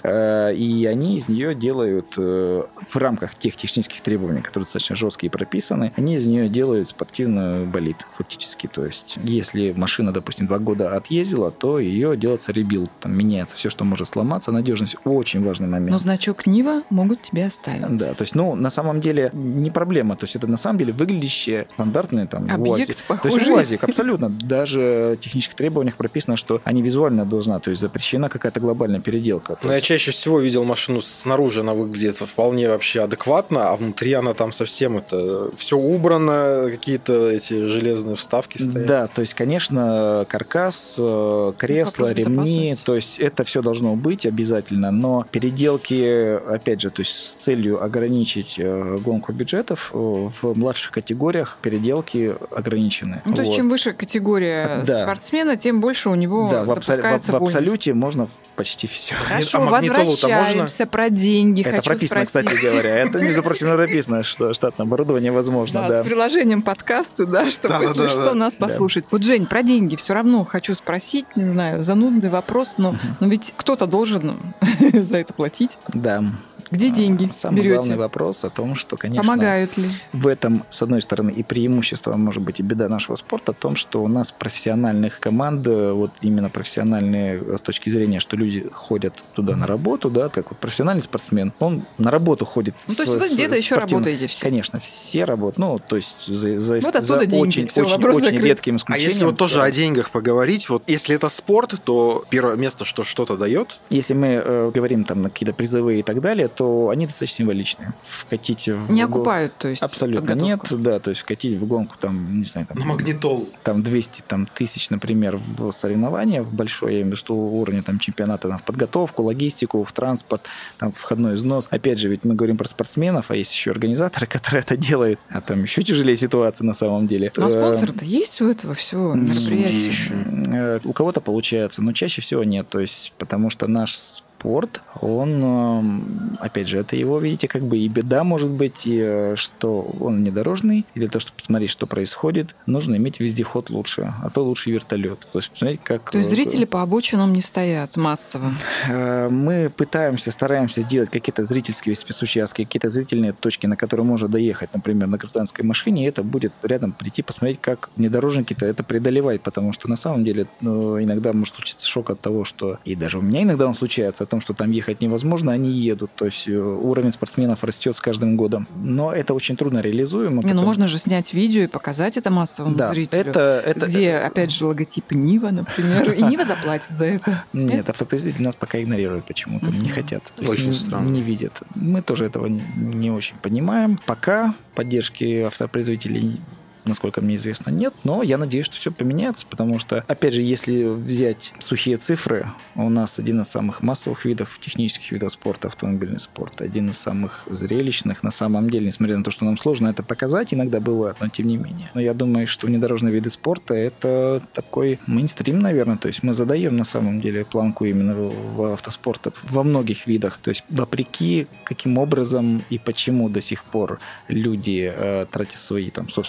и они из нее делают в рамках тех технических требований, которые достаточно жесткие и прописаны, они из нее делают спортивный болид, фактически, то есть если машина, допустим, два года отъездила, то ее делается ребилд, там меняется все, что может сломаться, надежность очень важный момент. Но значок Нива могут тебе оставить. Да, то есть, ну, на самом деле не проблема, то есть это на самом деле выглядящие стандартные там объект УАЗик. похожий. То есть УАЗик, абсолютно. Даже в технических требованиях прописано, что они визуально должна, то есть запрещена какая-то глобальная переделка. Но есть... я чаще всего видел машину снаружи, она выглядит вполне вообще адекватно, а внутри она там совсем это все убрано, какие-то эти железные вставки стоят. Да, то есть, конечно, каркас, кресла, ремни, то есть это все должно быть обязательно, но переделки, опять же, то есть с целью ограничить гонку бюджетов, в младших категориях переделки ограничены. Ну, то есть вот. Чем выше категория да. спортсмена, тем больше у него да, допускается в, абсол- в вольность. абсолюте можно почти все. Хорошо, а возвращаемся можно? про деньги. Это Хочу прописано, спросить. кстати говоря. Это, между прочим, написано, что штатное оборудование возможно. Да, да. с приложением подкасты, да, чтобы, да, если да, что, да, нас да. послушать. Вот, Жень, про деньги все равно хочу спросить, не знаю, занудный вопрос, но, но ведь кто-то должен за это платить. Да. Где деньги Самый берете? главный вопрос о том, что, конечно, помогают ли? В этом, с одной стороны, и преимущество, может быть, и беда нашего спорта, о том, что у нас профессиональных команд, вот именно профессиональные с точки зрения, что люди ходят туда на работу, да, как вот профессиональный спортсмен, он на работу ходит. Ну, то есть вы где-то еще работаете все? Конечно, все работают. Ну, то есть за, за, вот за деньги, очень, все, очень, очень редким А исключением. если вот тоже о деньгах поговорить, вот если это спорт, то первое место, что что-то дает? Если мы э, говорим там на какие-то призовые и так далее, то они достаточно символичные. Вкатить в не гон... окупают, то есть абсолютно нет, да, то есть вкатить в гонку там, не знаю, там на магнитол там двести там, тысяч, например, в соревнования, в большой, я имею в виду, что уровня там чемпионата, там, в подготовку, логистику, в транспорт, там входной износ. Опять же, ведь мы говорим про спортсменов, а есть еще организаторы, которые это делают, а там еще тяжелее ситуация на самом деле. Но спонсор-то есть у этого всего мероприятия? У кого-то получается, но чаще всего нет, то есть потому что наш спорт, он, опять же, это его, видите, как бы и беда может быть, и что он внедорожный, и для того, чтобы посмотреть, что происходит, нужно иметь вездеход лучше, а то лучше вертолет. То есть, посмотреть, как... То есть зрители по обочинам не стоят массово? Мы пытаемся, стараемся делать какие-то зрительские спецучастки, какие-то зрительные точки, на которые можно доехать, например, на гражданской машине, и это будет рядом прийти, посмотреть, как внедорожники-то это преодолевают, потому что на самом деле ну, иногда может случиться шок от того, что... И даже у меня иногда он случается, о том, что там ехать невозможно, они едут. То есть уровень спортсменов растет с каждым годом. Но это очень трудно реализуемо. Не, потом... ну можно же снять видео и показать это массовому да, зрителю. Это, это, где, это... опять же, логотип Нива, например. И Нива заплатит за это. Нет, автопроизводители нас пока игнорируют почему-то, не хотят. Очень странно. Не видят. Мы тоже этого не очень понимаем. Пока поддержки автопроизводителей, насколько мне известно, нет, но я надеюсь, что все поменяется, потому что, опять же, если взять сухие цифры, у нас один из самых массовых видов, технических видов спорта, автомобильный спорт, один из самых зрелищных, на самом деле, несмотря на то, что нам сложно это показать, иногда бывает, но тем не менее. Но я думаю, что внедорожные виды спорта – это такой мейнстрим, наверное, то есть мы задаем, на самом деле, планку именно в автоспорте во многих видах, то есть вопреки, каким образом и почему до сих пор люди, тратя свои там собственные достаточно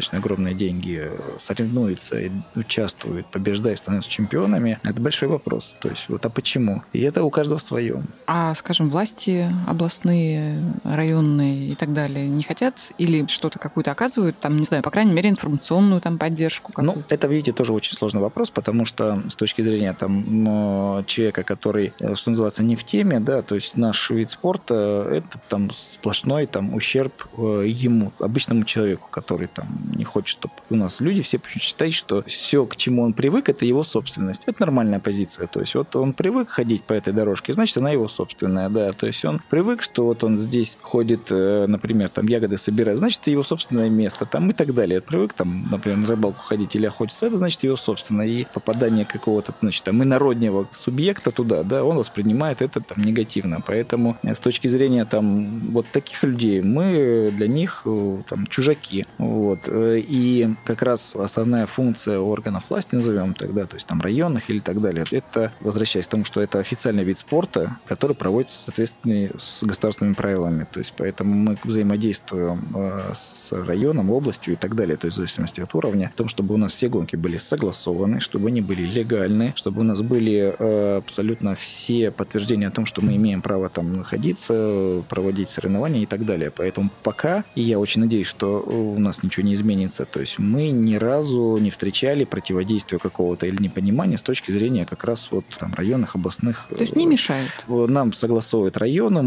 достаточно огромные деньги, соревнуются, участвуют, побеждают, становятся чемпионами, это большой вопрос. То есть вот, а почему? И это у каждого свое. А, скажем, власти областные, районные и так далее не хотят или что-то какую-то оказывают, там, не знаю, по крайней мере, информационную там поддержку какую-то? Ну, это, видите, тоже очень сложный вопрос, потому что с точки зрения там человека, который, что называется, не в теме, да, то есть наш вид спорта, это там сплошной там ущерб ему, обычному человеку, который там не хочет, чтобы у нас люди все считают, что все, к чему он привык, это его собственность. Это нормальная позиция. То есть вот он привык ходить по этой дорожке, значит, она его собственная, да. То есть он привык, что вот он здесь ходит, например, там ягоды собирает, значит, это его собственное место, там и так далее. Привык там, например, на рыбалку ходить или охотиться, это значит его собственное. И попадание какого-то, значит, там инороднего субъекта туда, да, он воспринимает это там негативно. Поэтому с точки зрения там вот таких людей мы для них там чужаки. Вот. И как раз основная функция органов власти, назовем тогда, то есть там районных или так далее, это, возвращаясь к тому, что это официальный вид спорта, который проводится в соответствии с государственными правилами. То есть поэтому мы взаимодействуем с районом, областью и так далее, то есть в зависимости от уровня, в том, чтобы у нас все гонки были согласованы, чтобы они были легальны, чтобы у нас были абсолютно все подтверждения о том, что мы имеем право там находиться, проводить соревнования и так далее. Поэтому пока, и я очень надеюсь, что у нас ничего не изменится, то есть мы ни разу не встречали противодействия какого-то или непонимания с точки зрения как раз вот там районных, областных. То есть не мешают? Нам согласовывают районы,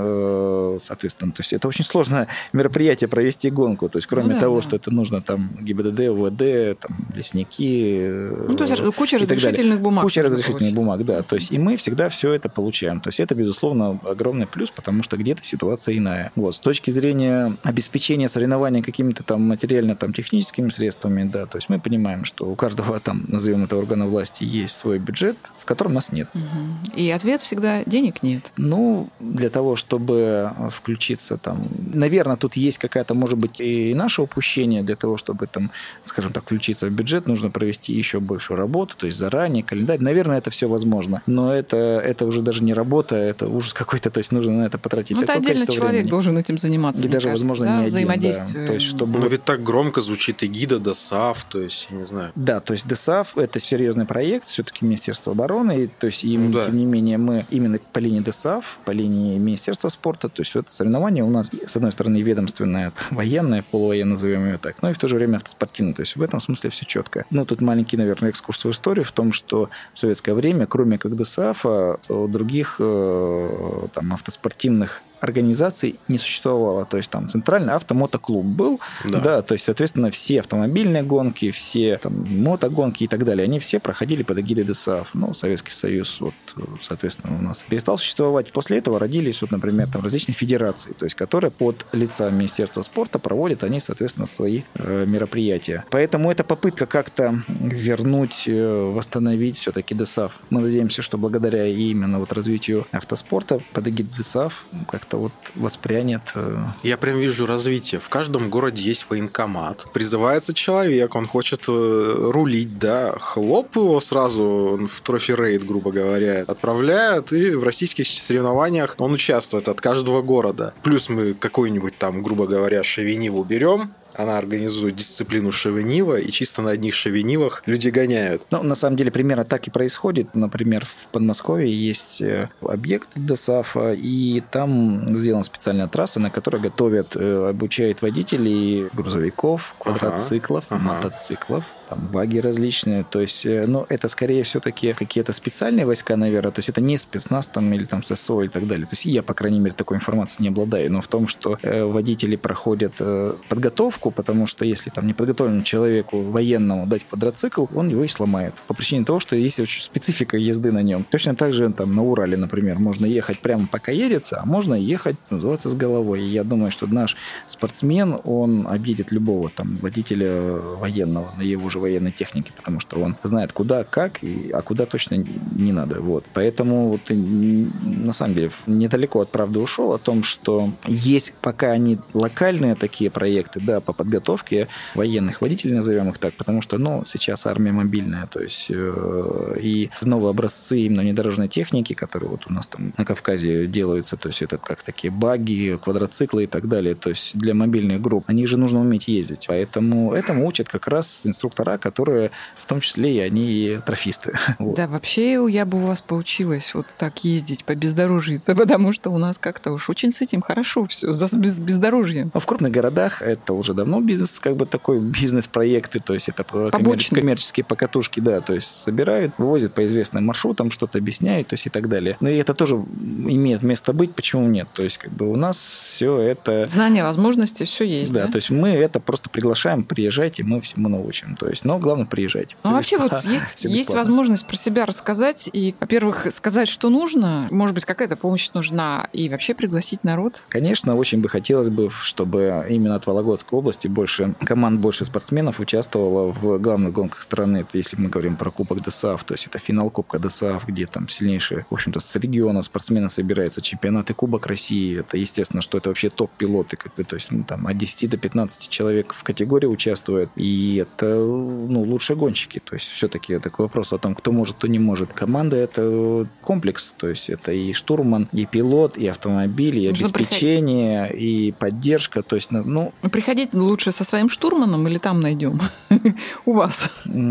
мы, соответственно, то есть это очень сложное мероприятие провести гонку, то есть кроме ну, да, того, да. что это нужно там ГИБДД, УВД, там, лесники. Ну, то есть куча разрешительных бумаг. Куча разрешительных получить. бумаг, да. То есть и мы всегда все это получаем. То есть это, безусловно, огромный плюс, потому что где-то ситуация иная. Вот. С точки зрения обеспечения соревнований какими-то там материально-техническими средствами, да, то есть мы понимаем, что у каждого там, назовем это, органа власти есть свой бюджет, в котором нас нет. Угу. И ответ всегда: денег нет. Ну, для того, чтобы включиться там, наверное, тут есть какая-то, может быть, и наше упущение для того, чтобы там, скажем так, включиться в бюджет, нужно провести еще большую работу, то есть заранее, календарь. Наверное, это все возможно, но это, это уже даже не работа, это ужас какой-то, то есть нужно на это потратить ну, такое отдельно количество человек времени. должен этим заниматься, и даже, кажется, возможно, да? не один, взаимодействие. Да. То есть, чтобы... Но ведь так громко звучит эгида, ДОСААФ, то есть, я не знаю. Да, то есть ДОСААФ – это серьезный проект, все-таки Министерство обороны, и, то есть, и, ну, да. тем не менее, мы именно по линии ДОСААФ, по линии Министерства спорта, то есть это соревнование у нас, с одной стороны, ведомственное, военное, полувоенное, назовем ее так, но и в то же время автоспортивное, то есть в этом смысле все четко. Ну, тут маленький, наверное, экскурс в историю в том, что в советское время, кроме как ДОСААФа, других там автоспортивных организаций не существовало. То есть там центральный автомотоклуб был, да. да, то есть, соответственно, все автомобильные гонки, все там, мотогонки и так далее, они все проходили под эгидой ДОСААФ. Ну, Советский Союз, вот, соответственно, у нас перестал существовать. После этого родились, вот, например, там различные федерации, то есть, которые под лица Министерства спорта проводят они, соответственно, свои э, мероприятия. Поэтому это попытка как-то вернуть, э, восстановить все-таки ДОСААФ. Мы надеемся, что благодаря именно вот развитию автоспорта под эгидой ДОСААФ как как-то вот воспрянет. Я прям вижу развитие. В каждом городе есть военкомат. Призывается человек, он хочет рулить, да, хлоп его сразу в трофи-рейд, грубо говоря, отправляют, и в российских соревнованиях он участвует от каждого города. Плюс мы какой-нибудь там, грубо говоря, Шевениву берем, она организует дисциплину Шевенива, и чисто на одних Шевенивах люди гоняют. Ну, на самом деле, примерно так и происходит. Например, в Подмосковье есть объект ДОСААФа, и там сделана специальная трасса, на которой готовят, обучают водителей грузовиков, квадроциклов, ага, мотоциклов, там баги различные. То есть, ну, это скорее все-таки какие-то специальные войска, наверное. То есть, это не спецназ там, или там ССО и так далее. То есть, я, по крайней мере, такой информации не обладаю. Но в том, что водители проходят подготовку, потому что если там неподготовленному человеку военному дать квадроцикл, он его и сломает. По причине того, что есть очень специфика езды на нем. Точно так же там на Урале, например, можно ехать прямо пока едется, а можно ехать, называется, с головой. И я думаю, что наш спортсмен, он объедет любого там водителя военного на его же уже военной техники, потому что он знает, куда, как, и, а куда точно не надо. Вот. Поэтому вот, на самом деле недалеко от правды ушел о том, что есть пока они локальные такие проекты, да, по подготовке военных водителей, назовем их так, потому что, ну, сейчас армия мобильная, то есть э, и новые образцы именно внедорожной техники, которые вот у нас там на Кавказе делаются, то есть это как такие баги, квадроциклы и так далее, то есть для мобильных групп, они же нужно уметь ездить, поэтому этому учат как раз инструктора, которые в том числе и они и трофисты. Вот. Да, вообще я бы у вас поучилась вот так ездить по бездорожью, потому что у нас как-то уж очень с этим хорошо все, за без, бездорожьем. В крупных городах это уже давно бизнес, как бы такой бизнес-проекты, то есть это коммер- коммерческие покатушки, да, то есть собирают, вывозят по известным маршрутам, что-то объясняют, то есть и так далее. Но и это тоже имеет место быть, почему нет? То есть как бы у нас все это... Знания, возможности, все есть, да? Да, то есть мы это просто приглашаем, приезжайте, мы всему научим. То есть, но главное, приезжайте. Ну, вообще вот есть, есть возможность про себя рассказать и, во-первых, сказать, что нужно, может быть, какая-то помощь нужна, и вообще пригласить народ. Конечно, очень бы хотелось бы, чтобы именно от Вологодской области больше команд, больше спортсменов участвовало в главных гонках страны. Это если мы говорим про Кубок ДОСААФ, то есть это финал Кубка ДОСААФ, где там сильнейшие, в общем-то, с региона спортсмены собираются, чемпионаты Кубок России. Это, естественно, что это вообще топ-пилоты, как бы, то есть ну, там от десяти до пятнадцати человек в категории участвуют, и это ну, лучшие гонщики. То есть все-таки такой вопрос о том, кто может, кто не может. Команда — это комплекс, то есть это и штурман, и пилот, и автомобиль, и нужно обеспечение, приходить. И поддержка. То есть, ну... Приходить лучше со своим штурманом или там найдем? У вас?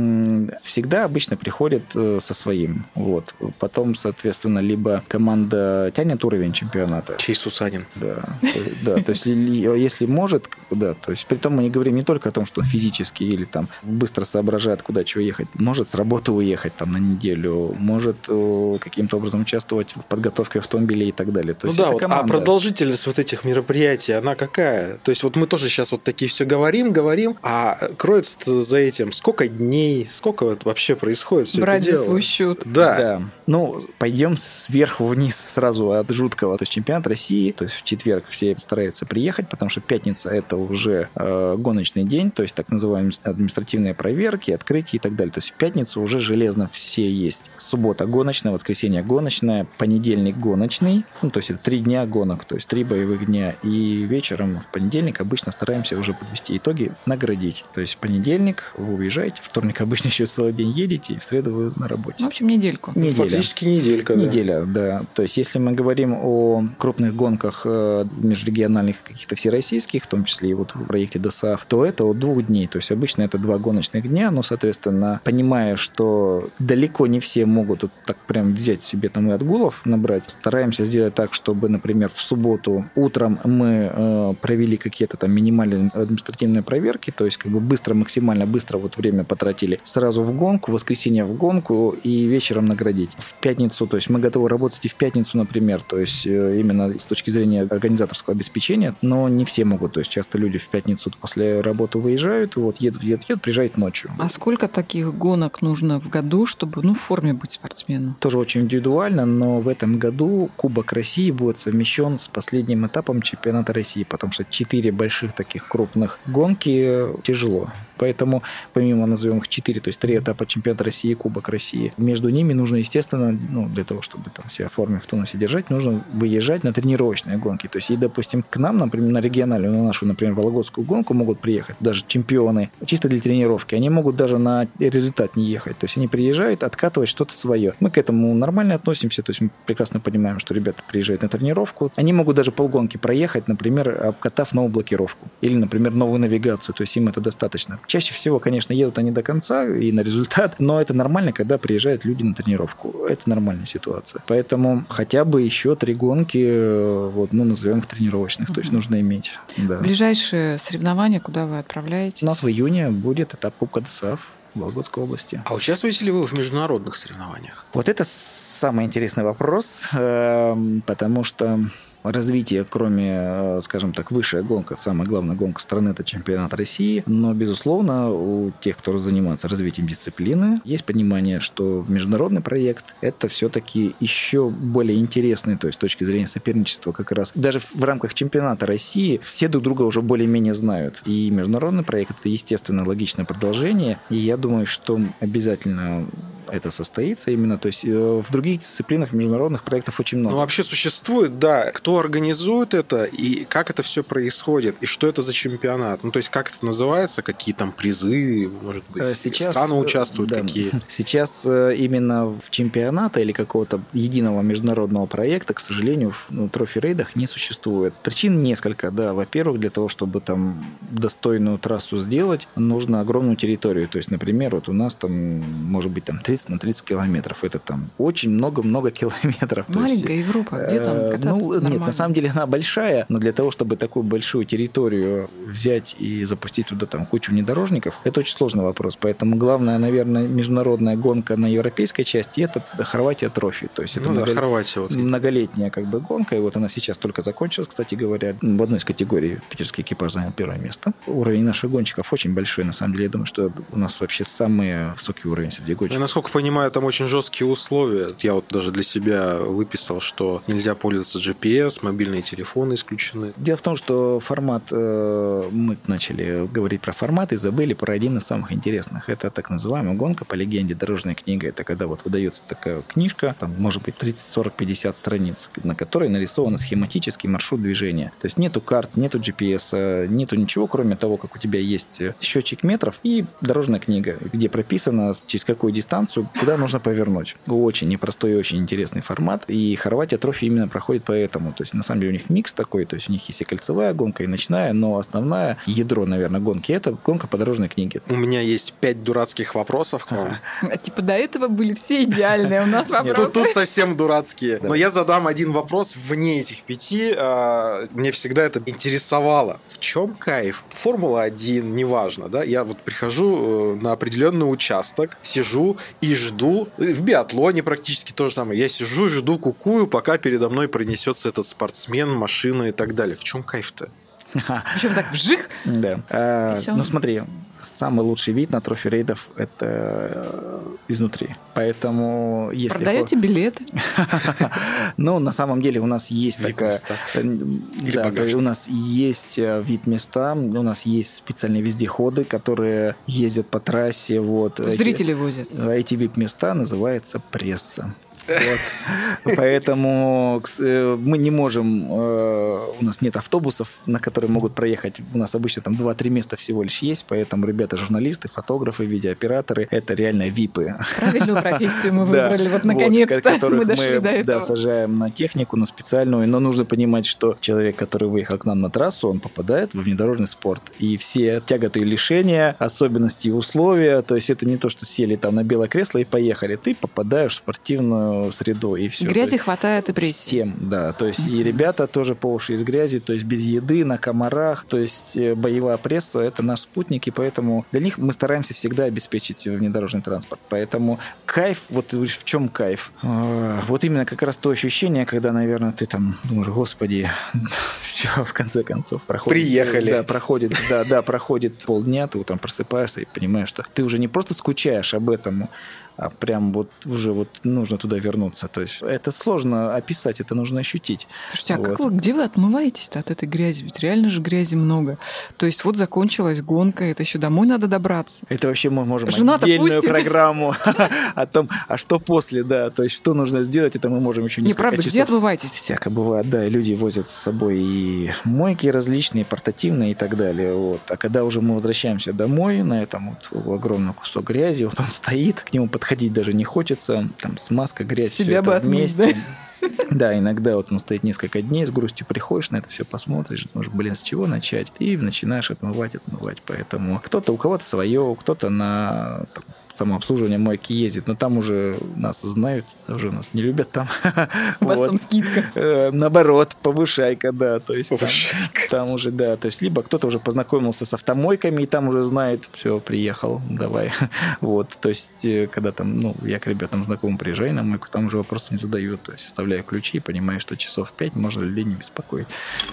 Всегда обычно приходят со своим. Вот. Потом, соответственно, либо команда тянет уровень чемпионата. Чей Сусанин. Да. Да. То есть, если может, да, то есть, при том мы не говорим не только о том, что он физически или там быстро соображает, куда чего ехать. Может с работы уехать там на неделю, может каким-то образом участвовать в подготовке автомобилей и так далее. То ну есть да, вот, а продолжительность вот этих мероприятий, она какая? То есть вот мы тоже сейчас вот такие все говорим, говорим, а кроется за этим сколько дней, сколько вот вообще происходит все брать это дело? За свой счет. Да. да. Ну, пойдем сверху вниз сразу от жуткого. То есть чемпионат России, то есть в четверг все стараются приехать, потому что пятница — это уже э, гоночный день, то есть так называемые административные проверки, открытия и так далее. То есть в пятницу уже железно все есть. Суббота гоночная, воскресенье гоночная, понедельник гоночный, ну, то есть это три дня гонок, то есть три боевых дня. И вечером в понедельник обычно стараемся уже подвести итоги, наградить. То есть в понедельник вы уезжаете, вторник обычно еще целый день едете, и в среду вы на работе. В общем, недельку. Неделя. Фактически неделька. Да. Неделя, да. То есть если мы говорим о крупных гонках межрегиональных, каких-то всероссийских, в том числе и вот в проекте ДОСААФ, то это от двух дней. То есть обычно это два гоночных дня, но, соответственно, понимая, что далеко не все могут вот так прям взять себе там и отгулов набрать, стараемся сделать так, чтобы, например, в субботу утром мы э, провели какие-то там минимальные административные проверки, то есть как бы быстро, максимально быстро вот время потратили сразу в гонку, в воскресенье в гонку и вечером наградить. В пятницу, то есть мы готовы работать и в пятницу, например, то есть э, именно с точки зрения организаторского обеспечения, но не все могут, то есть часто люди в пятницу после работы выезжают, вот едут, едут, едут, приезжают ночью. А сколько таких гонок нужно в году, чтобы ну, в форме быть спортсменом? Тоже очень индивидуально, но в этом году Кубок России будет совмещен с последним этапом чемпионата России, потому что четыре больших таких крупных гонки тяжело. Поэтому, помимо, назовем их четыре, то есть три этапа чемпионата России и Кубок России, между ними нужно, естественно, ну, для того, чтобы там себя в форме, в тонусе держать, нужно выезжать на тренировочные гонки. То есть, и, допустим, к нам, например, на региональную, на нашу, например, Вологодскую гонку могут приехать даже чемпионы чисто для тренировки. Они могут даже на результат не ехать. То есть, они приезжают откатывать что-то свое. Мы к этому нормально относимся, то есть, мы прекрасно понимаем, что ребята приезжают на тренировку. Они могут даже полгонки проехать, например, обкатав новую блокировку или, например, новую навигацию. То есть, им это достаточно. Чаще всего, конечно, едут они до конца и на результат, но это нормально, когда приезжают люди на тренировку. Это нормальная ситуация. Поэтому хотя бы еще три гонки, вот, ну, назовем их тренировочных, mm-hmm. то есть нужно иметь. Да. Ближайшие соревнования, куда вы отправляетесь? У нас в июне будет этап Кубка ДОСААФ в Вологодской области. А участвуете ли вы в международных соревнованиях? Вот это самый интересный вопрос, потому что развития, кроме, скажем так, высшая гонка, самая главная гонка страны – это чемпионат России. Но, безусловно, у тех, кто занимается развитием дисциплины, есть понимание, что международный проект – это все-таки еще более интересный, то есть с точки зрения соперничества как раз. Даже в рамках чемпионата России все друг друга уже более-менее знают. И международный проект – это, естественно, логичное продолжение. И я думаю, что обязательно это состоится именно. То есть в других дисциплинах международных проектов очень много. Ну, вообще существует, да. Кто организует это и как это все происходит, и что это за чемпионат? Ну, то есть как это называется, какие там призы, может быть, сейчас, страны участвуют, да, какие? Сейчас именно в чемпионата или какого-то единого международного проекта, к сожалению, в ну, трофи-рейдах не существует. Причин несколько, да. Во-первых, для того, чтобы там достойную трассу сделать, нужно огромную территорию. То есть, например, вот у нас там, может быть, там тридцать на тридцать километров. Это там очень много-много километров. Маленькая есть, Европа, где там кататься ну, нормально? Нет, на самом деле она большая, но для того, чтобы такую большую территорию взять и запустить туда там кучу внедорожников, это очень сложный вопрос. Поэтому главная, наверное, международная гонка на европейской части – это Хорватия Трофи. То есть это ну, много... да, Хорватия, вот. многолетняя как бы гонка. И вот она сейчас только закончилась, кстати говоря. В одной из категорий питерский экипаж занял первое место. Уровень наших гонщиков очень большой. На самом деле, я думаю, что у нас вообще самый высокий уровень среди гонщиков. Я, насколько понимаю, там очень жесткие условия. Я вот даже для себя выписал, что нельзя пользоваться джи пи эс, мобильные телефоны исключены. Дело в том, что формат, мы начали говорить про формат и забыли про один из самых интересных. Это так называемая гонка по легенде, дорожная книга. Это когда вот выдается такая книжка, там может быть тридцать, сорок, пятьдесят страниц, на которой нарисован схематический маршрут движения. То есть нету карт, нету джи пи эс, нету ничего, кроме того, как у тебя есть счетчик метров и дорожная книга, где прописано, через какую дистанцию, куда нужно повернуть. Очень непростой и очень интересный формат. И Хорватия Трофи именно проходит поэтому. То есть, на самом деле, у них микс такой. То есть, у них есть и кольцевая гонка, и ночная, но основное ядро, наверное, гонки – это гонка по дорожной книге. У меня есть пять дурацких вопросов к вам. А, типа до этого были все идеальные. У нас вопросы. Тут совсем дурацкие. Но я задам один вопрос вне этих пяти. Мне всегда это интересовало. В чем кайф? Формула один, неважно, да? Я вот прихожу на определенный участок, сижу и жду. В биатлоне практически то же самое. Я сижу, жду, кукую, пока передо мной пронесется этот спортсмен, машина и так далее. В чем кайф-то? Причем так вжих. Да. А, ну смотри, самый лучший вид на трофи-рейдов – это изнутри. Поэтому если... Продаете билеты? Ну, на самом деле у нас есть такая... Да, у нас есть ви ай пи-места, у нас есть специальные вездеходы, которые ездят по трассе. Зрители возят. Эти ви ай пи-места называются пресса. Вот. Поэтому мы не можем, у нас нет автобусов, на которые могут проехать. У нас обычно там два-три места всего лишь есть, поэтому ребята журналисты, фотографы, видеооператоры, это реально випы. Правильную профессию мы выбрали, вот наконец-то мы дошли до этого. Да, сажаем на технику, на специальную, но нужно понимать, что человек, который выехал к нам на трассу, он попадает в внедорожный спорт. И все тяготы и лишения, особенности и условия, то есть это не то, что сели там на белое кресло и поехали, ты попадаешь в спортивную среду, и все. Грязи есть, хватает и прессе. Всем, да. То есть и ребята тоже по уши из грязи, то есть без еды, на комарах, то есть боевая пресса – это наш спутник, и поэтому для них мы стараемся всегда обеспечить внедорожный транспорт. Поэтому кайф, вот в чем кайф? Вот именно как раз то ощущение, когда, наверное, ты там думаешь, господи, все, в конце концов, проходит. Приехали. Да, проходит, да, да, проходит полдня, ты утром просыпаешься и понимаешь, что ты уже не просто скучаешь об этом, а прям вот уже вот нужно туда вернуться. То есть это сложно описать, это нужно ощутить. Слушайте, а вот. как вы, где вы отмываетесь-то от этой грязи? Ведь реально же грязи много. То есть вот закончилась гонка, это еще домой надо добраться. Это вообще мы можем Жена-то отдельную пустит. Программу о том, а что после, да. То есть что нужно сделать, это мы можем еще несколько Неправда, часов. где отмываетесь? Всяко бывает, да, и люди возят с собой и мойки различные, портативные и так далее. Вот. А когда уже мы возвращаемся домой, на этом вот огромный кусок грязи, вот он стоит, к нему подходить даже не хочется, там смазка, грязь, Себя все это бы отмыть, вместе. Да? Да, иногда вот он стоит несколько дней, с грустью приходишь на это все, посмотришь, думаешь, блин, с чего начать? И начинаешь отмывать, отмывать. Поэтому кто-то, у кого-то свое, кто-то на там, самообслуживание мойки ездит, но там уже нас знают, уже нас не любят там. У вас там скидка. Наоборот, повышайка, да. То есть повышайка. Там, там уже, да, то есть либо кто-то уже познакомился с автомойками и там уже знает, все, приехал, давай. Вот, то есть когда там, ну, я к ребятам знакомым приезжаю на мойку, там уже вопросов не задают, то есть оставляю ключи и понимаю, что часов пять можно людей не беспокоить.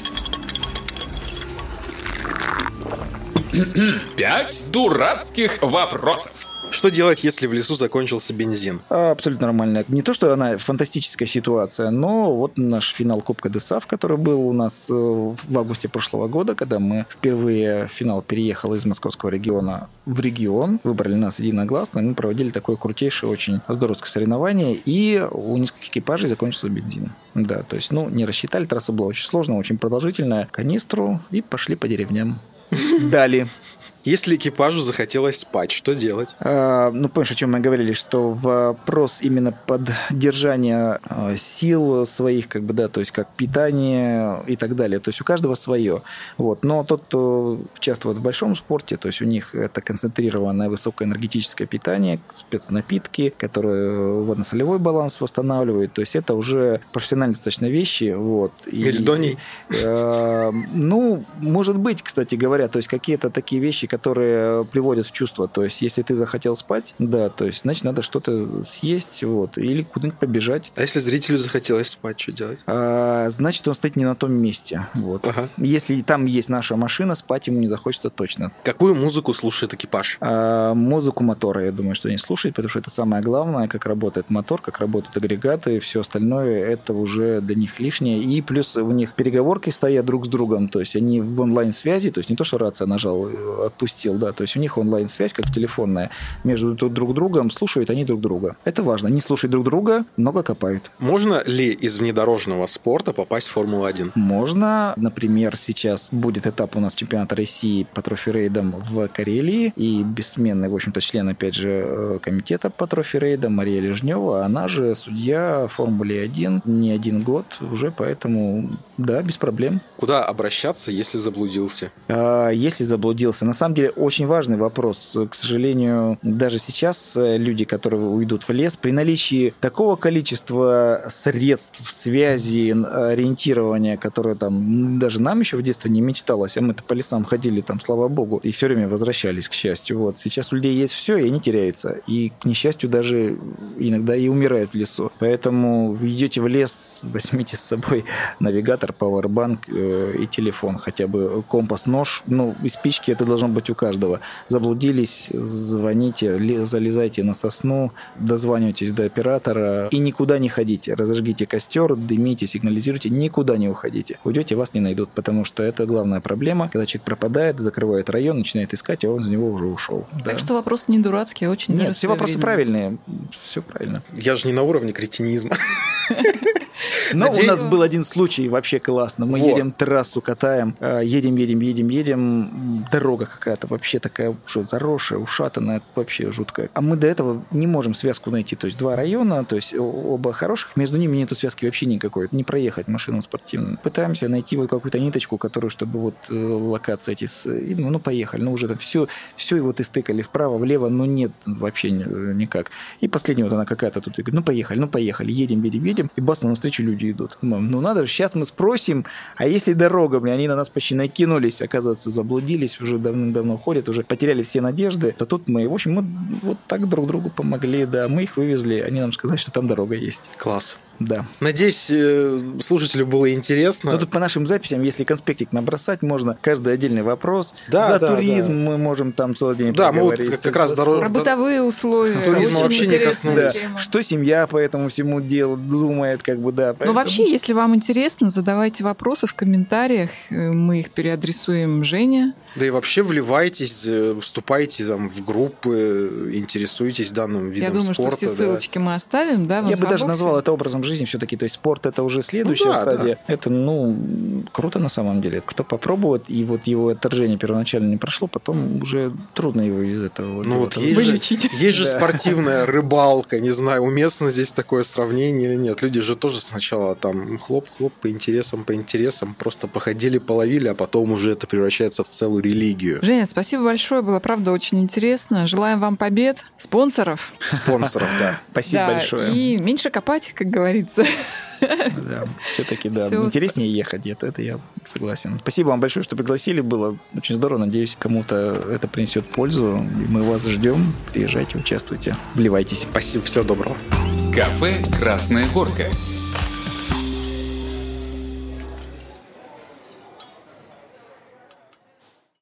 Пять дурацких вопросов. Что делать, если в лесу закончился бензин? Абсолютно нормально. Не то, что она фантастическая ситуация, но вот наш финал Кубка ДСАФ, который был у нас в августе прошлого года, когда мы впервые финал переехал из московского региона в регион, выбрали нас единогласно, мы проводили такое крутейшее, очень здоровское соревнование, и у нескольких экипажей закончился бензин. Да, то есть, ну, не рассчитали, трасса была очень сложная, очень продолжительная, канистру, и пошли по деревням. Дали. Если экипажу захотелось спать, что делать? А, ну, помнишь, о чем мы говорили, что вопрос именно поддержания а, сил своих, как бы, да, то есть как питание и так далее. То есть у каждого свое. Вот. Но тот, кто участвует в большом спорте, то есть у них это концентрированное высокоэнергетическое питание, спецнапитки, которые водно-солевой баланс восстанавливают. То есть это уже профессиональные достаточно вещи. Вот. Мельдоний? А, ну, может быть, кстати говоря, то есть какие-то такие вещи, которые приводят в чувство. То есть, если ты захотел спать, да, то есть, значит, надо что-то съесть, вот, или куда-нибудь побежать. А если зрителю захотелось спать, что делать? А, значит, он стоит не на том месте. Вот. Ага. Если там есть наша машина, спать ему не захочется точно. Какую музыку слушает экипаж? А, музыку мотора, я думаю, что они слушают, потому что это самое главное, как работает мотор, как работают агрегаты, все остальное, это уже для них лишнее. И плюс у них переговорки стоят друг с другом, то есть, они в онлайн-связи, то есть, не то, что рация нажал, отпустил, да, то есть у них онлайн-связь, как телефонная, между друг другом, слушают они друг друга. Это важно. Они слушают друг друга, много копают. Можно ли из внедорожного спорта попасть в Формулу один? Можно. Например, сейчас будет этап у нас чемпионата России по трофи-рейдам в Карелии, и бессменный, в общем-то, член, опять же, комитета по трофи-рейдам Мария Лежнева, она же судья Формулы один не один год уже, поэтому, да, без проблем. Куда обращаться, если заблудился? А, если заблудился, на самом деле, очень важный вопрос. К сожалению, даже сейчас люди, которые уйдут в лес, при наличии такого количества средств, связи, ориентирования, которое там даже нам еще в детстве не мечталось, а мы-то по лесам ходили, там, слава богу, и все время возвращались, к счастью. Вот. Сейчас у людей есть все, и они теряются. И, к несчастью, даже иногда и умирают в лесу. Поэтому вы идете в лес, возьмите с собой навигатор, пауэрбанк э, и телефон, хотя бы компас, нож, ну, и спички, это должно быть у каждого. Заблудились, звоните, залезайте на сосну, дозванивайтесь до оператора и никуда не ходите. Разожгите костер, дымите, сигнализируйте, никуда не уходите. Уйдете, вас не найдут, потому что это главная проблема. Когда человек пропадает, закрывает район, начинает искать, а он из него уже ушел. Так да. что вопрос не дурацкий, а очень Нет, все вопросы правильные. Все правильно. Я же не на уровне кретинизма. Но Надеюсь... у нас был один случай вообще классно. Мы вот. едем трассу, катаем, едем, едем, едем, едем. Дорога какая-то вообще такая уже заросшая, ушатанная, вообще жуткая. А мы до этого не можем связку найти. То есть два района, то есть оба хороших, между ними нету связки вообще никакой. Не проехать машину спортивную. Пытаемся найти вот какую-то ниточку, которую, чтобы вот локация эти... Ну, поехали. Ну, уже там все, все его ты стыкали вправо, влево, но нет вообще никак. И последняя вот она какая-то тут. Говорит, ну, поехали, ну, поехали. Едем, едем, едем. И бас, навстречу люди идут. Ну, надо же, сейчас мы спросим, а если дорога, блин, они на нас почти накинулись, оказывается, заблудились, уже давным-давно ходят, уже потеряли все надежды. То тут мы, в общем, мы вот так друг другу помогли, да, мы их вывезли, они нам сказали, что там дорога есть. Класс. Да. Надеюсь, слушателю было интересно. Ну, тут по нашим записям, если конспектик набросать, можно каждый отдельный вопрос. Да, За да, туризм да. мы можем там целый день да, поговорить. Мы вот как раз дорог... Про бытовые условия. Туризм вообще не коснулись. Да. Что семья по этому всему делу думает, как бы, да. Поэтому... Но вообще, если вам интересно, задавайте вопросы в комментариях. Мы их переадресуем Жене. Да и вообще вливайтесь, вступайте там в группы, интересуйтесь данным видом спорта. Я думаю, спорта, что все да. ссылочки мы оставим, да, в Я бы даже назвал это образом образом жизни все-таки. То есть спорт это уже следующая ну, да, стадия. Да. Это, ну, круто на самом деле. Кто попробует, и вот его отторжение первоначально не прошло, потом уже трудно его из этого ну, вот есть вылечить. Же, есть же спортивная рыбалка, не знаю, уместно здесь такое сравнение или нет. Люди же тоже сначала там хлоп-хлоп по интересам, по интересам, просто походили, половили, а потом уже это превращается в целую религию. Женя, спасибо большое, было правда очень интересно. Желаем вам побед, спонсоров. Спонсоров, да. Спасибо Да, большое. И меньше копать, как говорится. Да, все-таки, да. Всё. Интереснее ехать, это, это я согласен. Спасибо вам большое, что пригласили. Было очень здорово. Надеюсь, кому-то это принесет пользу. Мы вас ждем. Приезжайте, участвуйте, вливайтесь. Спасибо, всего доброго. Кафе «Красная горка».